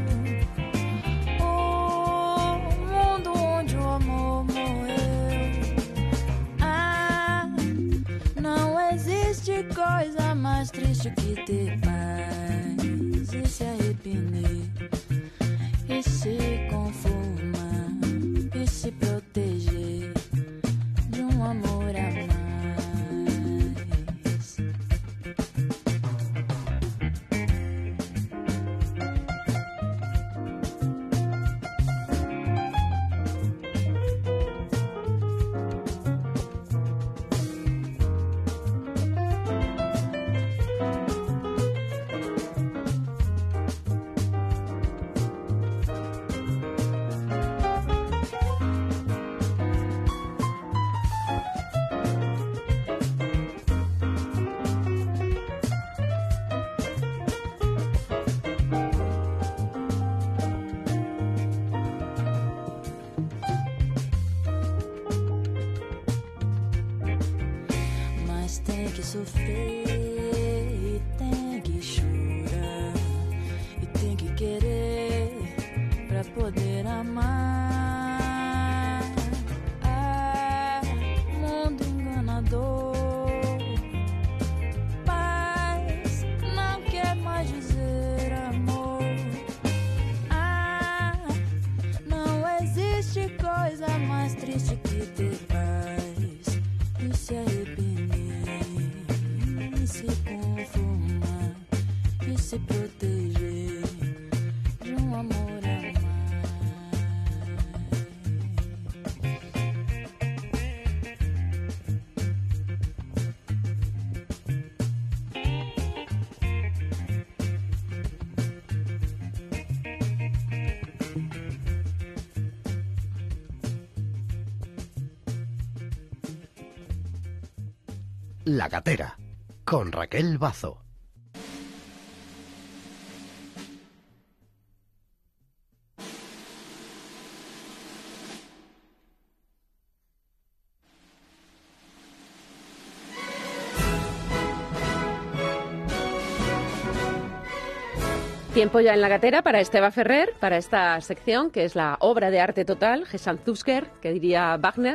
O mundo onde o amor morreu. Ah, não existe coisa mais triste que ter paz e se arrepender, e se conformar, e se proteger de um amor a mais. sofrer, e tem que chorar, e tem que querer pra poder amar. Ah, mundo enganador, paz não quer mais dizer amor. Ah, não existe coisa mais triste que ter paz e se arrepender, e se conformar, e se proteger de um amor a mais. La Gatera, con Raquel Bazo. Tiempo ya en La Gatera para Esteba Ferrer, para esta sección que es la obra de arte total, Gesamtkunstwerk, que diría Wagner,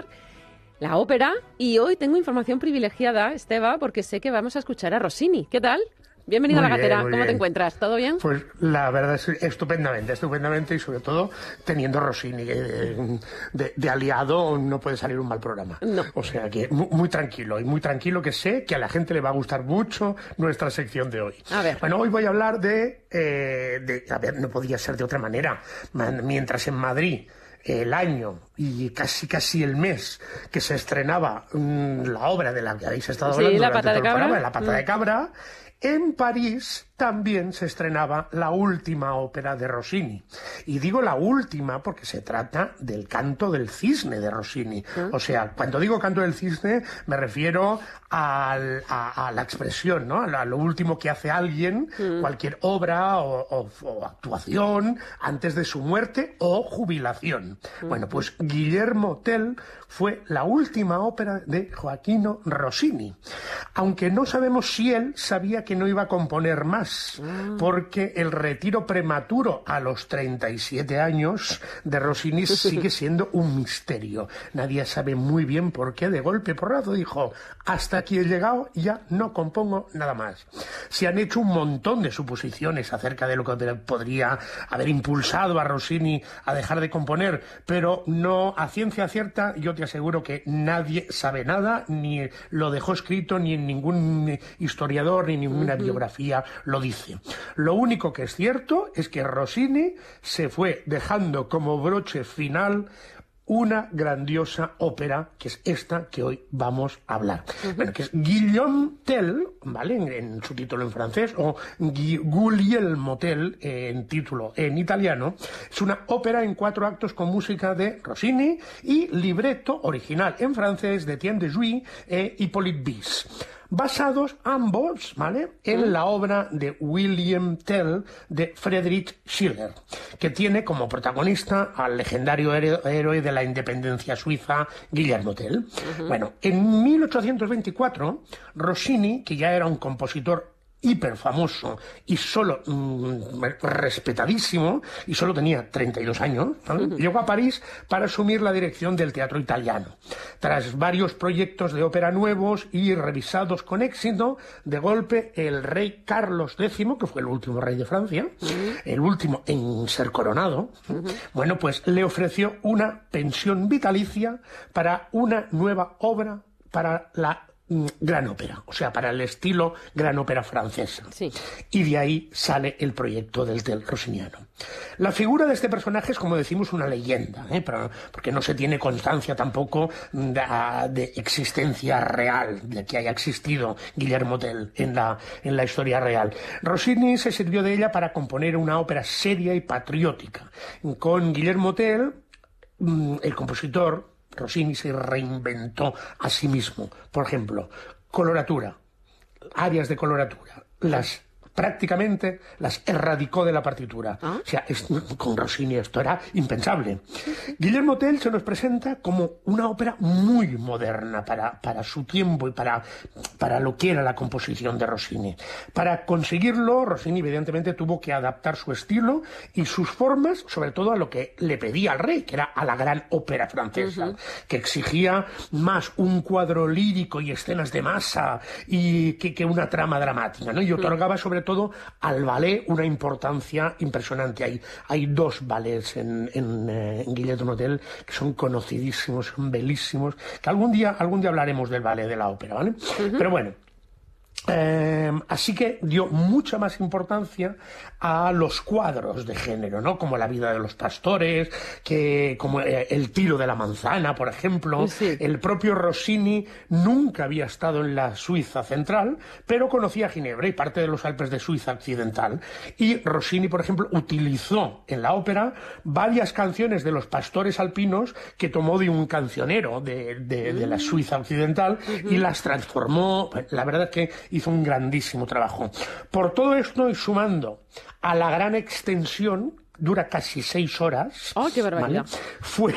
la ópera. Y hoy tengo información privilegiada, Esteba, porque sé que vamos a escuchar a Rossini. ¿Qué tal? Bienvenido Muy a La bien, Gatera. muy ¿Cómo bien. te encuentras? ¿Todo bien? Pues la verdad es que estupendamente, estupendamente y sobre todo teniendo Rossini eh, de, de aliado no puede salir un mal programa. No. O sea que muy, muy tranquilo y muy tranquilo, que sé que a la gente le va a gustar mucho nuestra sección de hoy. A ver. Bueno, hoy voy a hablar de, eh, de a ver, no podía ser de otra manera. Mientras en Madrid el año y casi casi el mes que se estrenaba mmm, la obra de la que habéis estado Sí, hablando La durante Pata de todo el Cabra. programa, La Pata Mm. de Cabra, en París también se estrenaba la última ópera de Rossini. Y digo la última porque se trata del Canto del Cisne de Rossini. O sea, cuando digo Canto del Cisne me refiero al, a, a la expresión, ¿no? A, la- a lo último que hace alguien, cualquier obra o, o- o actuación antes de su muerte o jubilación. Bueno, pues Guillermo Tell fue la última ópera de Joaquino Rossini. Aunque no sabemos si él sabía que no iba a componer más, porque el retiro prematuro a los treinta y siete años de Rossini sigue siendo un misterio. Nadie sabe muy bien por qué de golpe porrazo dijo: hasta aquí he llegado, ya no compongo nada más. Se han hecho un montón de suposiciones acerca de lo que podría haber impulsado a Rossini a dejar de componer, pero no a ciencia cierta. Yo te aseguro que nadie sabe nada, ni lo dejó escrito, ni en ningún historiador, ni ninguna biografía lo dice. Lo único que es cierto es que Rossini se fue dejando como broche final una grandiosa ópera, que es esta que hoy vamos a hablar. Bueno, que es Guillaume Tell, ¿vale? En, en su título en francés, o Gui- Guglielmo Tell eh, en título en italiano. Es una ópera en cuatro actos con música de Rossini y libreto original en francés de Etienne de Jouy e Hippolyte Bis, basados ambos, ¿vale?, en la obra de William Tell de Friedrich Schiller, que tiene como protagonista al legendario héroe héroe de la independencia suiza, Guillermo Tell. Bueno, en mil ochocientos veinticuatro, Rossini, que ya era un compositor hiper famoso y solo mm, respetadísimo, y solo tenía treinta y dos años, ¿vale? Llegó a París para asumir la dirección del teatro italiano. Tras varios proyectos de ópera nuevos y revisados con éxito, de golpe el rey Carlos décimo, que fue el último rey de Francia, el último en ser coronado, bueno, pues le ofreció una pensión vitalicia para una nueva obra para la mm, gran ópera, o sea, para el estilo gran ópera francesa. Sí. Y de ahí sale el proyecto del Tell rossiniano. La figura de este personaje es, como decimos, una leyenda, ¿eh? Pero, porque no se tiene constancia tampoco de, de existencia real, de que haya existido Guillermo Tell en la, en la historia real. Rossini se sirvió de ella para componer una ópera seria y patriótica. Con Guillermo Tell, mm, el compositor Rossini se reinventó a sí mismo. Por ejemplo, coloratura, áreas de coloratura, las prácticamente las erradicó de la partitura. ¿Ah? O sea, es, con Rossini esto era impensable. Guillermo Tell se nos presenta como una ópera muy moderna para, para su tiempo y para, para lo que era la composición de Rossini. Para conseguirlo, Rossini evidentemente tuvo que adaptar su estilo y sus formas, sobre todo a lo que le pedía al rey, que era a la gran ópera francesa, uh-huh. que exigía más un cuadro lírico y escenas de masa y que, que una trama dramática, ¿no? Y otorgaba uh-huh. sobre todo al ballet una importancia impresionante. Hay, hay dos ballets en, en, eh, en Guillermo Tell que son conocidísimos, son belísimos, que algún día, algún día hablaremos del ballet de la ópera, ¿vale? Uh-huh. Pero bueno, Eh, así que dio mucha más importancia a los cuadros de género, ¿no? Como La vida de los pastores, que como eh, El tiro de la manzana, por ejemplo. Sí. El propio Rossini nunca había estado en la Suiza central, pero conocía Ginebra y parte de los Alpes de Suiza occidental. Y Rossini, por ejemplo, utilizó en la ópera varias canciones de los pastores alpinos que tomó de un cancionero de, de, de la Suiza occidental uh-huh. y las transformó. La verdad es que hizo un grandísimo trabajo. Por todo esto y sumando a la gran extensión, dura casi seis horas. ¡Oh, qué barbaridad! ¿Vale? Fue,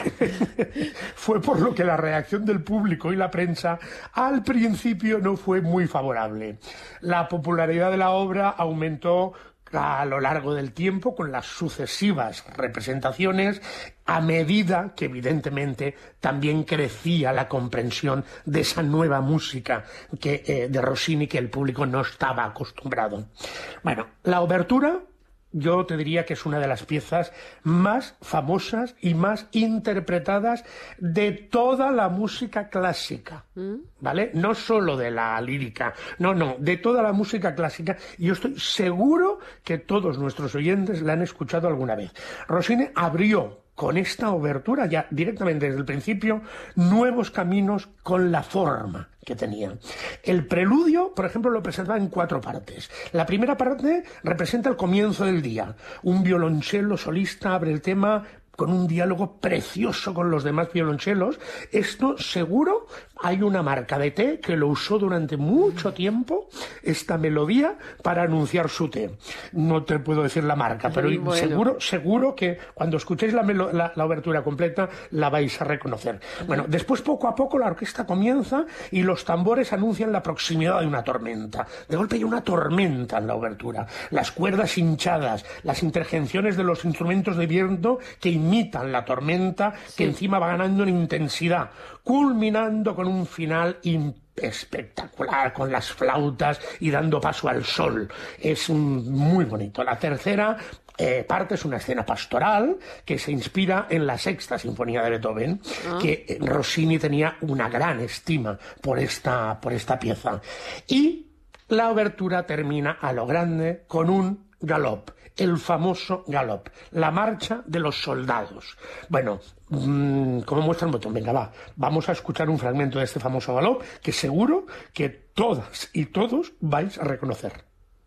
fue por lo que la reacción del público y la prensa al principio no fue muy favorable. La popularidad de la obra aumentó a lo largo del tiempo con las sucesivas representaciones, a medida que evidentemente también crecía la comprensión de esa nueva música que, eh, de Rossini que el público no estaba acostumbrado. Bueno, la obertura yo te diría que es una de las piezas más famosas y más interpretadas de toda la música clásica, ¿vale? No solo de la lírica, no, no, de toda la música clásica. Y yo estoy seguro que todos nuestros oyentes la han escuchado alguna vez. Rossini abrió con esta obertura, ya directamente desde el principio, nuevos caminos con la forma que tenía. El preludio, por ejemplo, lo presentaba en cuatro partes. La primera parte representa el comienzo del día. Un violonchelo solista abre el tema con un diálogo precioso con los demás violonchelos. Esto seguro hay una marca de té que lo usó durante mucho tiempo, esta melodía, para anunciar su té. No te puedo decir la marca, pero bueno. seguro, seguro que cuando escuchéis la, melo- la, la obertura completa la vais a reconocer. Bueno, después poco a poco la orquesta comienza y los tambores anuncian la proximidad de una tormenta. De golpe hay una tormenta en la obertura. Las cuerdas hinchadas, las interjecciones de los instrumentos de viento que imitan la tormenta, sí. que encima va ganando en intensidad, culminando con un final espectacular, con las flautas y dando paso al sol. Es un, muy bonito. La tercera eh, parte es una escena pastoral que se inspira en la sexta sinfonía de Beethoven, ah. que Rossini tenía una gran estima por esta, por esta pieza. Y la obertura termina a lo grande con un galop, el famoso galop, la marcha de los soldados. Bueno, mmm, como muestra el botón, venga, va, vamos a escuchar un fragmento de este famoso galop que seguro que todas y todos vais a reconocer.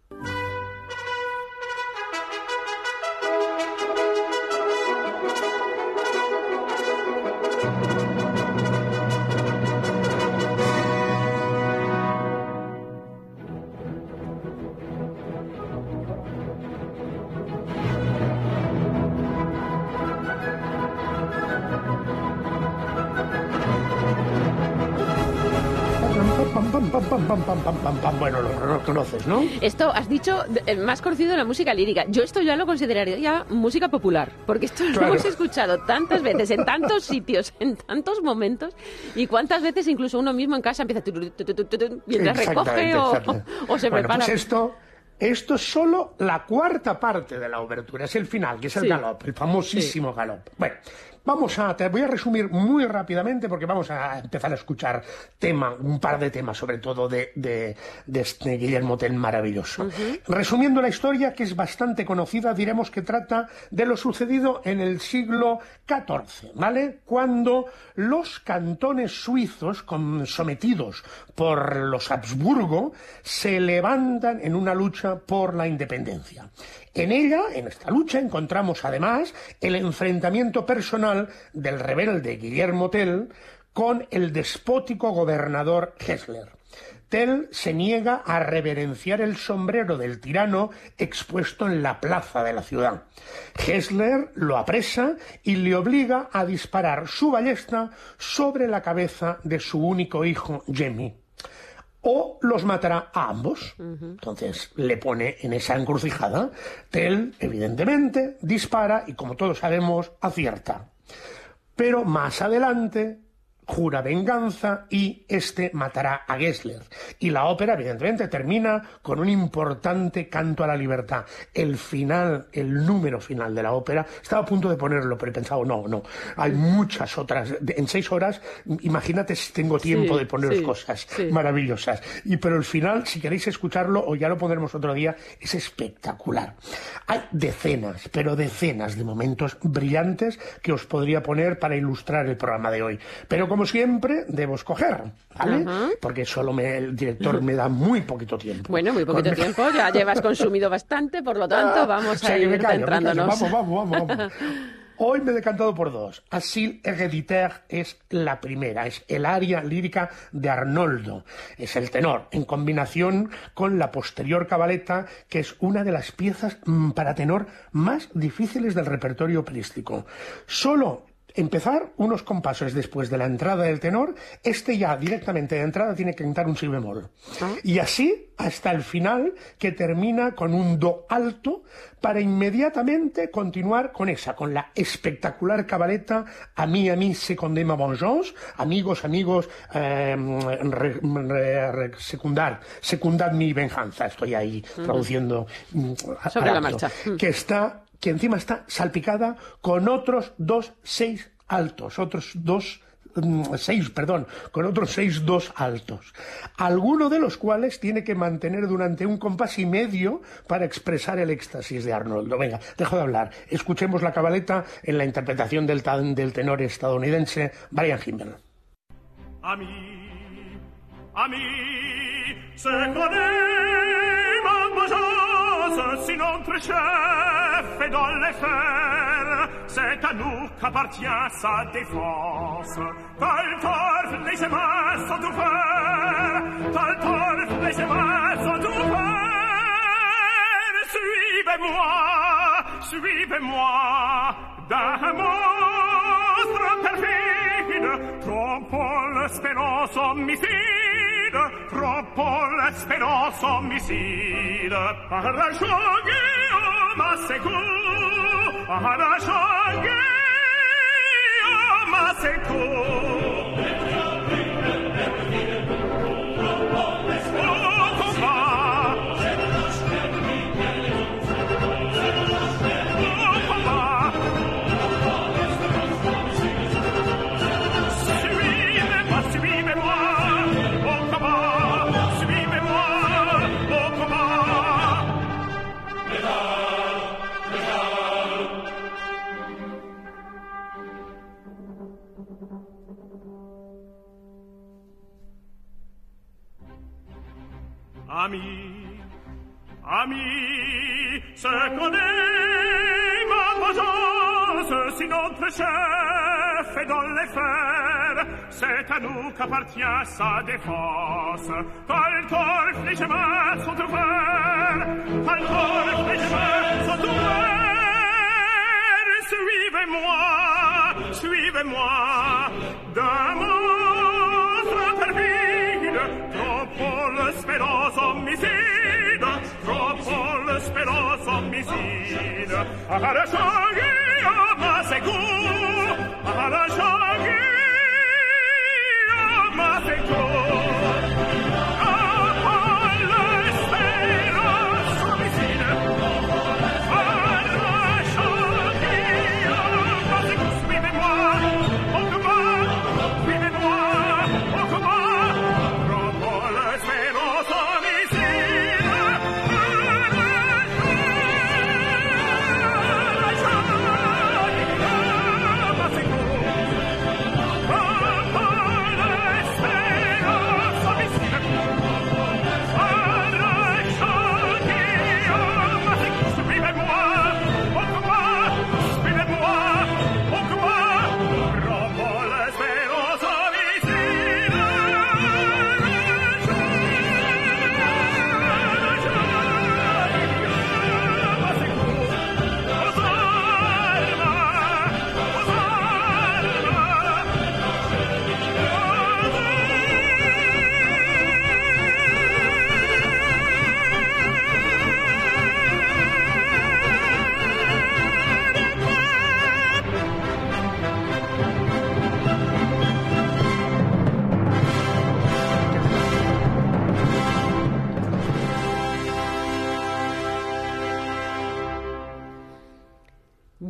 Pam, pam, pam, pam, pam, pam, pam. Bueno, lo, lo conoces, ¿no? Esto has dicho eh, más conocido en la música lírica. Yo esto ya lo consideraría ya música popular, porque esto claro. lo hemos escuchado tantas veces, en tantos sitios, en tantos momentos, y cuántas veces incluso uno mismo en casa empieza tu, tu, tu, tu, tu, mientras recoge o, o se bueno, prepara. Pues esto, esto es solo la cuarta parte de la obertura, es el final, que es el sí. galop, el famosísimo sí. galop. Bueno, vamos a, te voy a resumir muy rápidamente porque vamos a empezar a escuchar tema, un par de temas, sobre todo de, de, de este Guillermo Tell maravilloso. Uh-huh. Resumiendo la historia, que es bastante conocida, diremos que trata de lo sucedido en el siglo catorce, ¿vale? Cuando los cantones suizos, con, sometidos por los Habsburgo, se levantan en una lucha por la independencia. En ella, en esta lucha, encontramos además el enfrentamiento personal del rebelde Guillermo Tell con el despótico gobernador Hessler. Tell se niega a reverenciar el sombrero del tirano expuesto en la plaza de la ciudad. Gessler lo apresa y le obliga a disparar su ballesta sobre la cabeza de su único hijo, Jemmy. O los matará a ambos. Uh-huh. Entonces le pone en esa encrucijada. Tell, evidentemente, dispara y, como todos sabemos, acierta. Pero más adelante jura venganza y este matará a Gessler. Y la ópera, evidentemente, termina con un importante canto a la libertad. El final, el número final de la ópera, estaba a punto de ponerlo, pero he pensado, no, no. Hay muchas otras. En seis horas, imagínate si tengo tiempo sí, de poneros sí, cosas sí. maravillosas. Y pero el final, si queréis escucharlo, o ya lo pondremos otro día, es espectacular. Hay decenas, pero decenas de momentos brillantes que os podría poner para ilustrar el programa de hoy. Pero como siempre, debo escoger, ¿vale? Uh-huh. Porque solo me, el director me da muy poquito tiempo. Bueno, muy poquito Con... tiempo, ya llevas consumido bastante, por lo tanto, vamos a o sea, ir callo, centrándonos. Vamos, vamos, vamos, vamos. Hoy me he decantado por dos. Asile Héréditaire es la primera, es el aria lírica de Arnoldo, es el tenor, en combinación con la posterior cabaleta, que es una de las piezas mmm, para tenor más difíciles del repertorio operístico. Solo empezar unos compases después de la entrada del tenor, este ya directamente de entrada tiene que cantar un si bemol. ¿Ah? Y así hasta el final, que termina con un do alto, para inmediatamente continuar con esa, con la espectacular cabaleta Ami, ami, secondé ma vengeance, amigos, amigos, eh, re, re, re, secundar, secundad mi venganza. Estoy ahí uh-huh. traduciendo sobre la marcha. Uh-huh. Que está que encima está salpicada con otros dos seis altos, otros dos seis, perdón, con otros seis dos altos, alguno de los cuales tiene que mantener durante un compás y medio para expresar el éxtasis de Arnoldo. Venga, dejo de hablar, escuchemos la cabaleta en la interpretación del, del tenor estadounidense Brian Himmel. Ami, ami, se sinon très chef et dans les fers, c'est à nous qu'appartient sa défense. Taltorf, les mains sont ouverts, Taltorf, les mains sont ouverts. Suivez-moi, suivez-moi, d'un monstre perfide, trompant l'espérance homicide, trompant l'espérance homicide. Arrachons Guillaume à ses coups, arrachons Guillaume à ses coups. Ami, ami, se connaît ma vengeance, si notre chef est dans les fers, c'est à nous qu'appartient sa défense. Taltorf, les chemins sont ouverts, Taltorf, les chemins sont ouverts. Suivez-moi, suivez-moi, d'un monstre perfide, trompant l'espérance homicide, trompant l'espérance homicide. Arrachons Guillaume à ses coups, arrachons Guillaume à ses coups.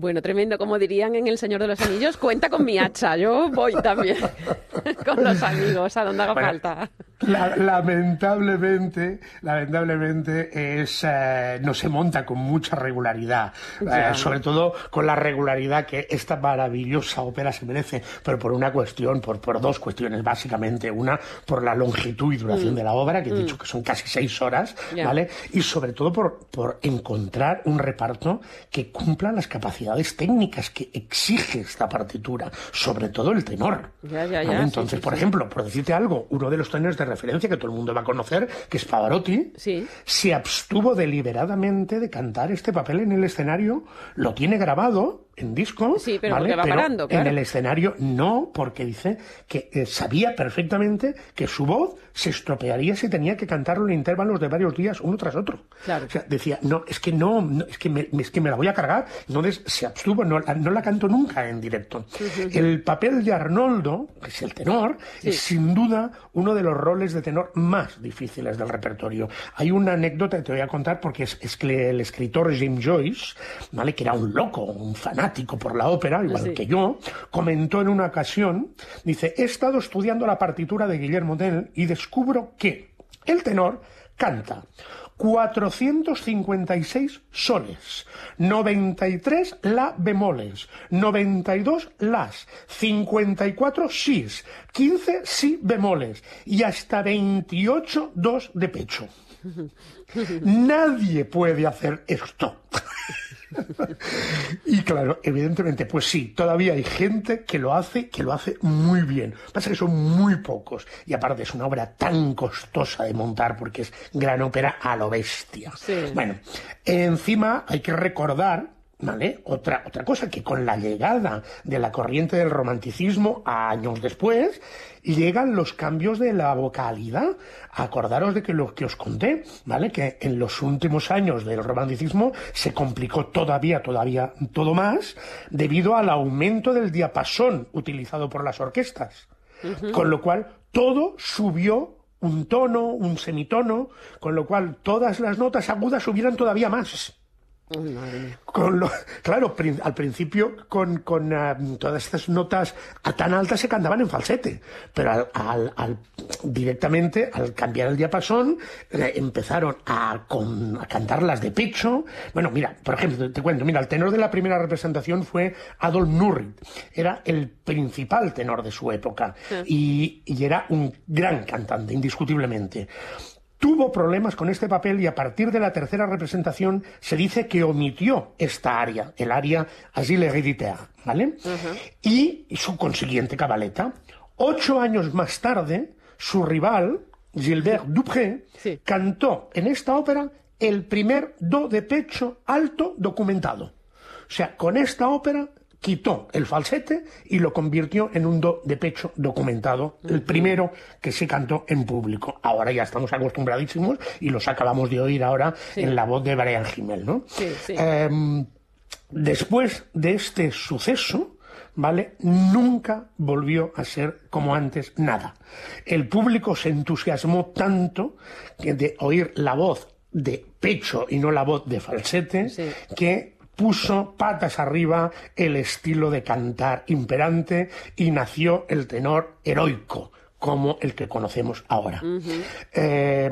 Bueno, tremendo, como dirían en El Señor de los Anillos, cuenta con mi hacha, yo voy también con los amigos a donde haga Bueno, falta. La, lamentablemente, lamentablemente es eh, no se monta con mucha regularidad, eh, sobre todo con la regularidad que esta maravillosa ópera se merece, pero por una cuestión, por, por dos cuestiones básicamente. Una, por la longitud y duración Mm. de la obra, que he Mm. dicho que son casi seis horas, Ya. ¿vale? Y sobre todo por, por encontrar un reparto que cumpla las capacidades técnicas que exige esta partitura, sobre todo el tenor. Ya, ya, ¿Vale? ya. Entonces, sí, sí, por sí. ejemplo, por decirte algo, uno de los tenores de referencia que todo el mundo va a conocer, que es Pavarotti, Sí. se abstuvo deliberadamente de cantar este papel en el escenario, lo tiene grabado en disco, Sí, pero ¿vale? porque va Pero parando, claro. en el escenario no, porque dice que eh, sabía perfectamente que su voz se estropearía si tenía que cantarlo en intervalos de varios días uno tras otro. Claro. O sea, decía, no, es que no, no, es que me, es que me la voy a cargar, entonces se abstuvo, no, no la canto nunca en directo. El papel de Arnoldo, que es el tenor, Sí. es sin duda uno de los roles de tenor más difíciles del repertorio. Hay una anécdota que te voy a contar porque es, es que el escritor James Joyce, ¿vale? Que era un loco, un fanático por la ópera, igual Sí. que yo, comentó en una ocasión, dice, he estado estudiando la partitura de Guillermo Tell y descubro que el tenor canta cuatrocientos cincuenta y seis soles, noventa y tres la bemoles, noventa y dos las, cincuenta y cuatro sis, quince si bemoles y hasta veintiocho dos de pecho. Nadie puede hacer esto. Y claro, evidentemente, pues sí, todavía hay gente que lo hace, que lo hace muy bien. Pasa que son muy pocos. Y aparte es una obra tan costosa de montar porque es gran ópera a lo bestia. Sí. Bueno, encima hay que recordar, ¿vale? Otra, otra cosa, que con la llegada de la corriente del romanticismo años después, llegan los cambios de la vocalidad. Acordaros de que lo que os conté, ¿vale? Que en los últimos años del romanticismo se complicó todavía, todavía todo más, debido al aumento del diapasón utilizado por las orquestas. Con lo cual, todo subió un tono, un semitono, con lo cual todas las notas agudas subieran todavía más. Uy, madre mía. Con lo, claro, prin- al principio con, con ah, todas estas notas a tan altas se cantaban en falsete, pero al, al- al- directamente al cambiar el diapasón eh, empezaron a, con- a cantarlas de pecho. Bueno, mira, por ejemplo, te, te cuento, mira, el tenor de la primera representación fue Adolf Nurrit, era el principal tenor de su época y, y era un gran cantante, indiscutiblemente. Tuvo problemas con este papel y a partir de la tercera representación se dice que omitió esta aria, el aria Asile Hereditaire, ¿vale? Y su consiguiente cabaleta. Ocho años más tarde, su rival, Gilbert Dupré, Sí. cantó en esta ópera el primer do de pecho alto documentado. O sea, con esta ópera quitó el falsete y lo convirtió en un do de pecho documentado, el primero que se cantó en público. Ahora ya estamos acostumbradísimos y los acabamos de oír ahora Sí. en la voz de Brian Himmel, ¿no? Sí, sí. Em, después de este suceso, ¿vale? Nunca volvió a ser como antes nada. El público se entusiasmó tanto que de oír la voz de pecho y no la voz de falsete, Sí. que puso patas arriba el estilo de cantar imperante y nació el tenor heroico, como el que conocemos ahora. Eh,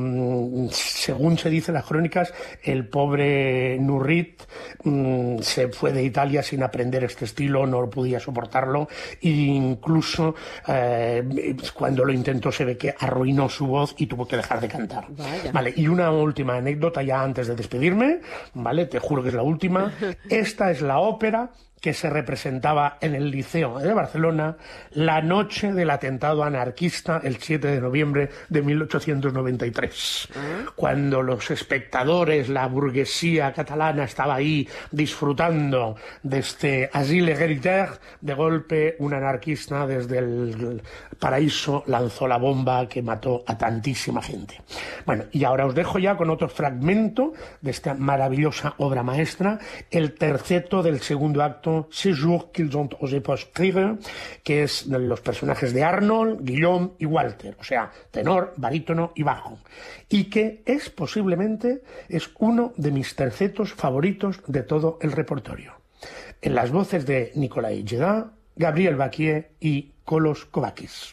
según se dice en las crónicas, el pobre Nurrit mm, se fue de Italia sin aprender este estilo, no podía soportarlo, e incluso eh, cuando lo intentó se ve que arruinó su voz y tuvo que dejar de cantar. Vaya. Vale, y una última anécdota ya antes de despedirme, ¿vale? Te juro que es la última. Esta es la ópera que se representaba en el Liceo de Barcelona la noche del atentado anarquista el siete de noviembre de mil ochocientos noventa y tres, cuando los espectadores, la burguesía catalana estaba ahí disfrutando de este Asile Hereditaire. De golpe un anarquista desde el paraíso lanzó la bomba que mató a tantísima gente. Bueno, y ahora os dejo ya con otro fragmento de esta maravillosa obra maestra, el terceto del segundo acto, Ces jours qu'ils ont osé proscrire, que es de los personajes de Arnold, Guillaume y Walter, o sea, tenor, barítono y bajo, y que es posiblemente es uno de mis tercetos favoritos de todo el repertorio. en las voces de Nicolai Jedin, Gabriel Baquier y Kolos Kovakis.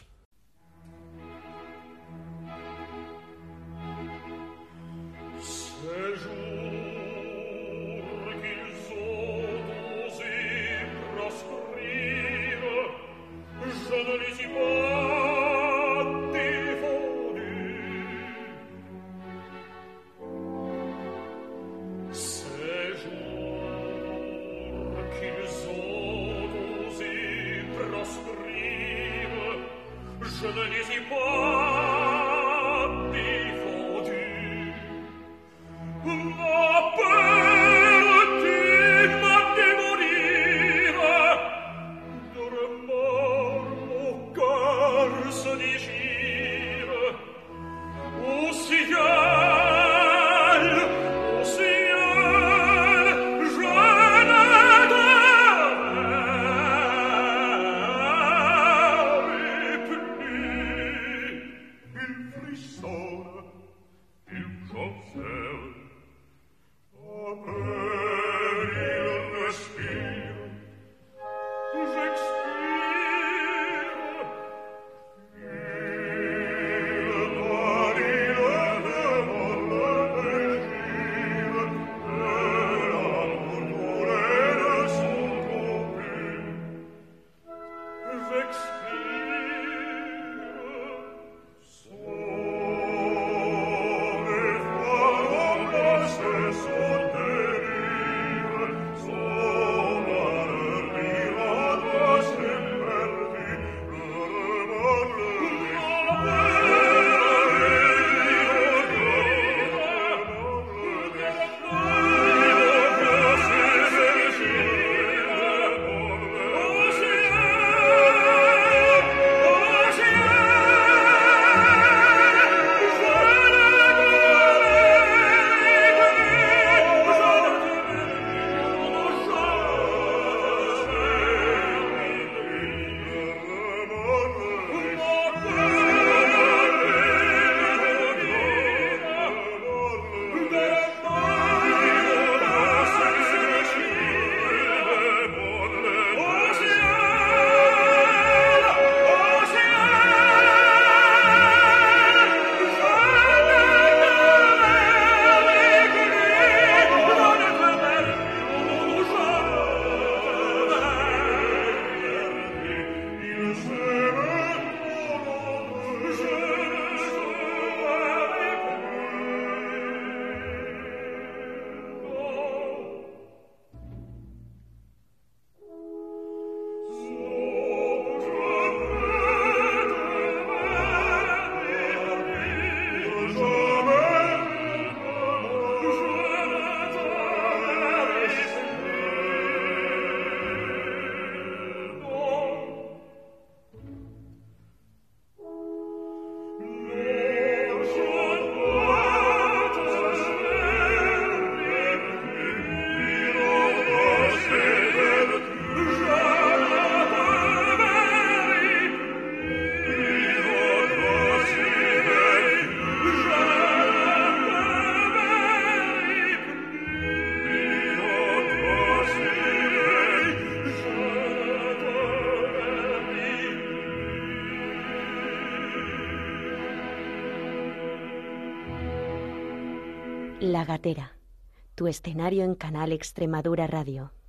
La Gatera, tu escenario en Canal Extremadura Radio.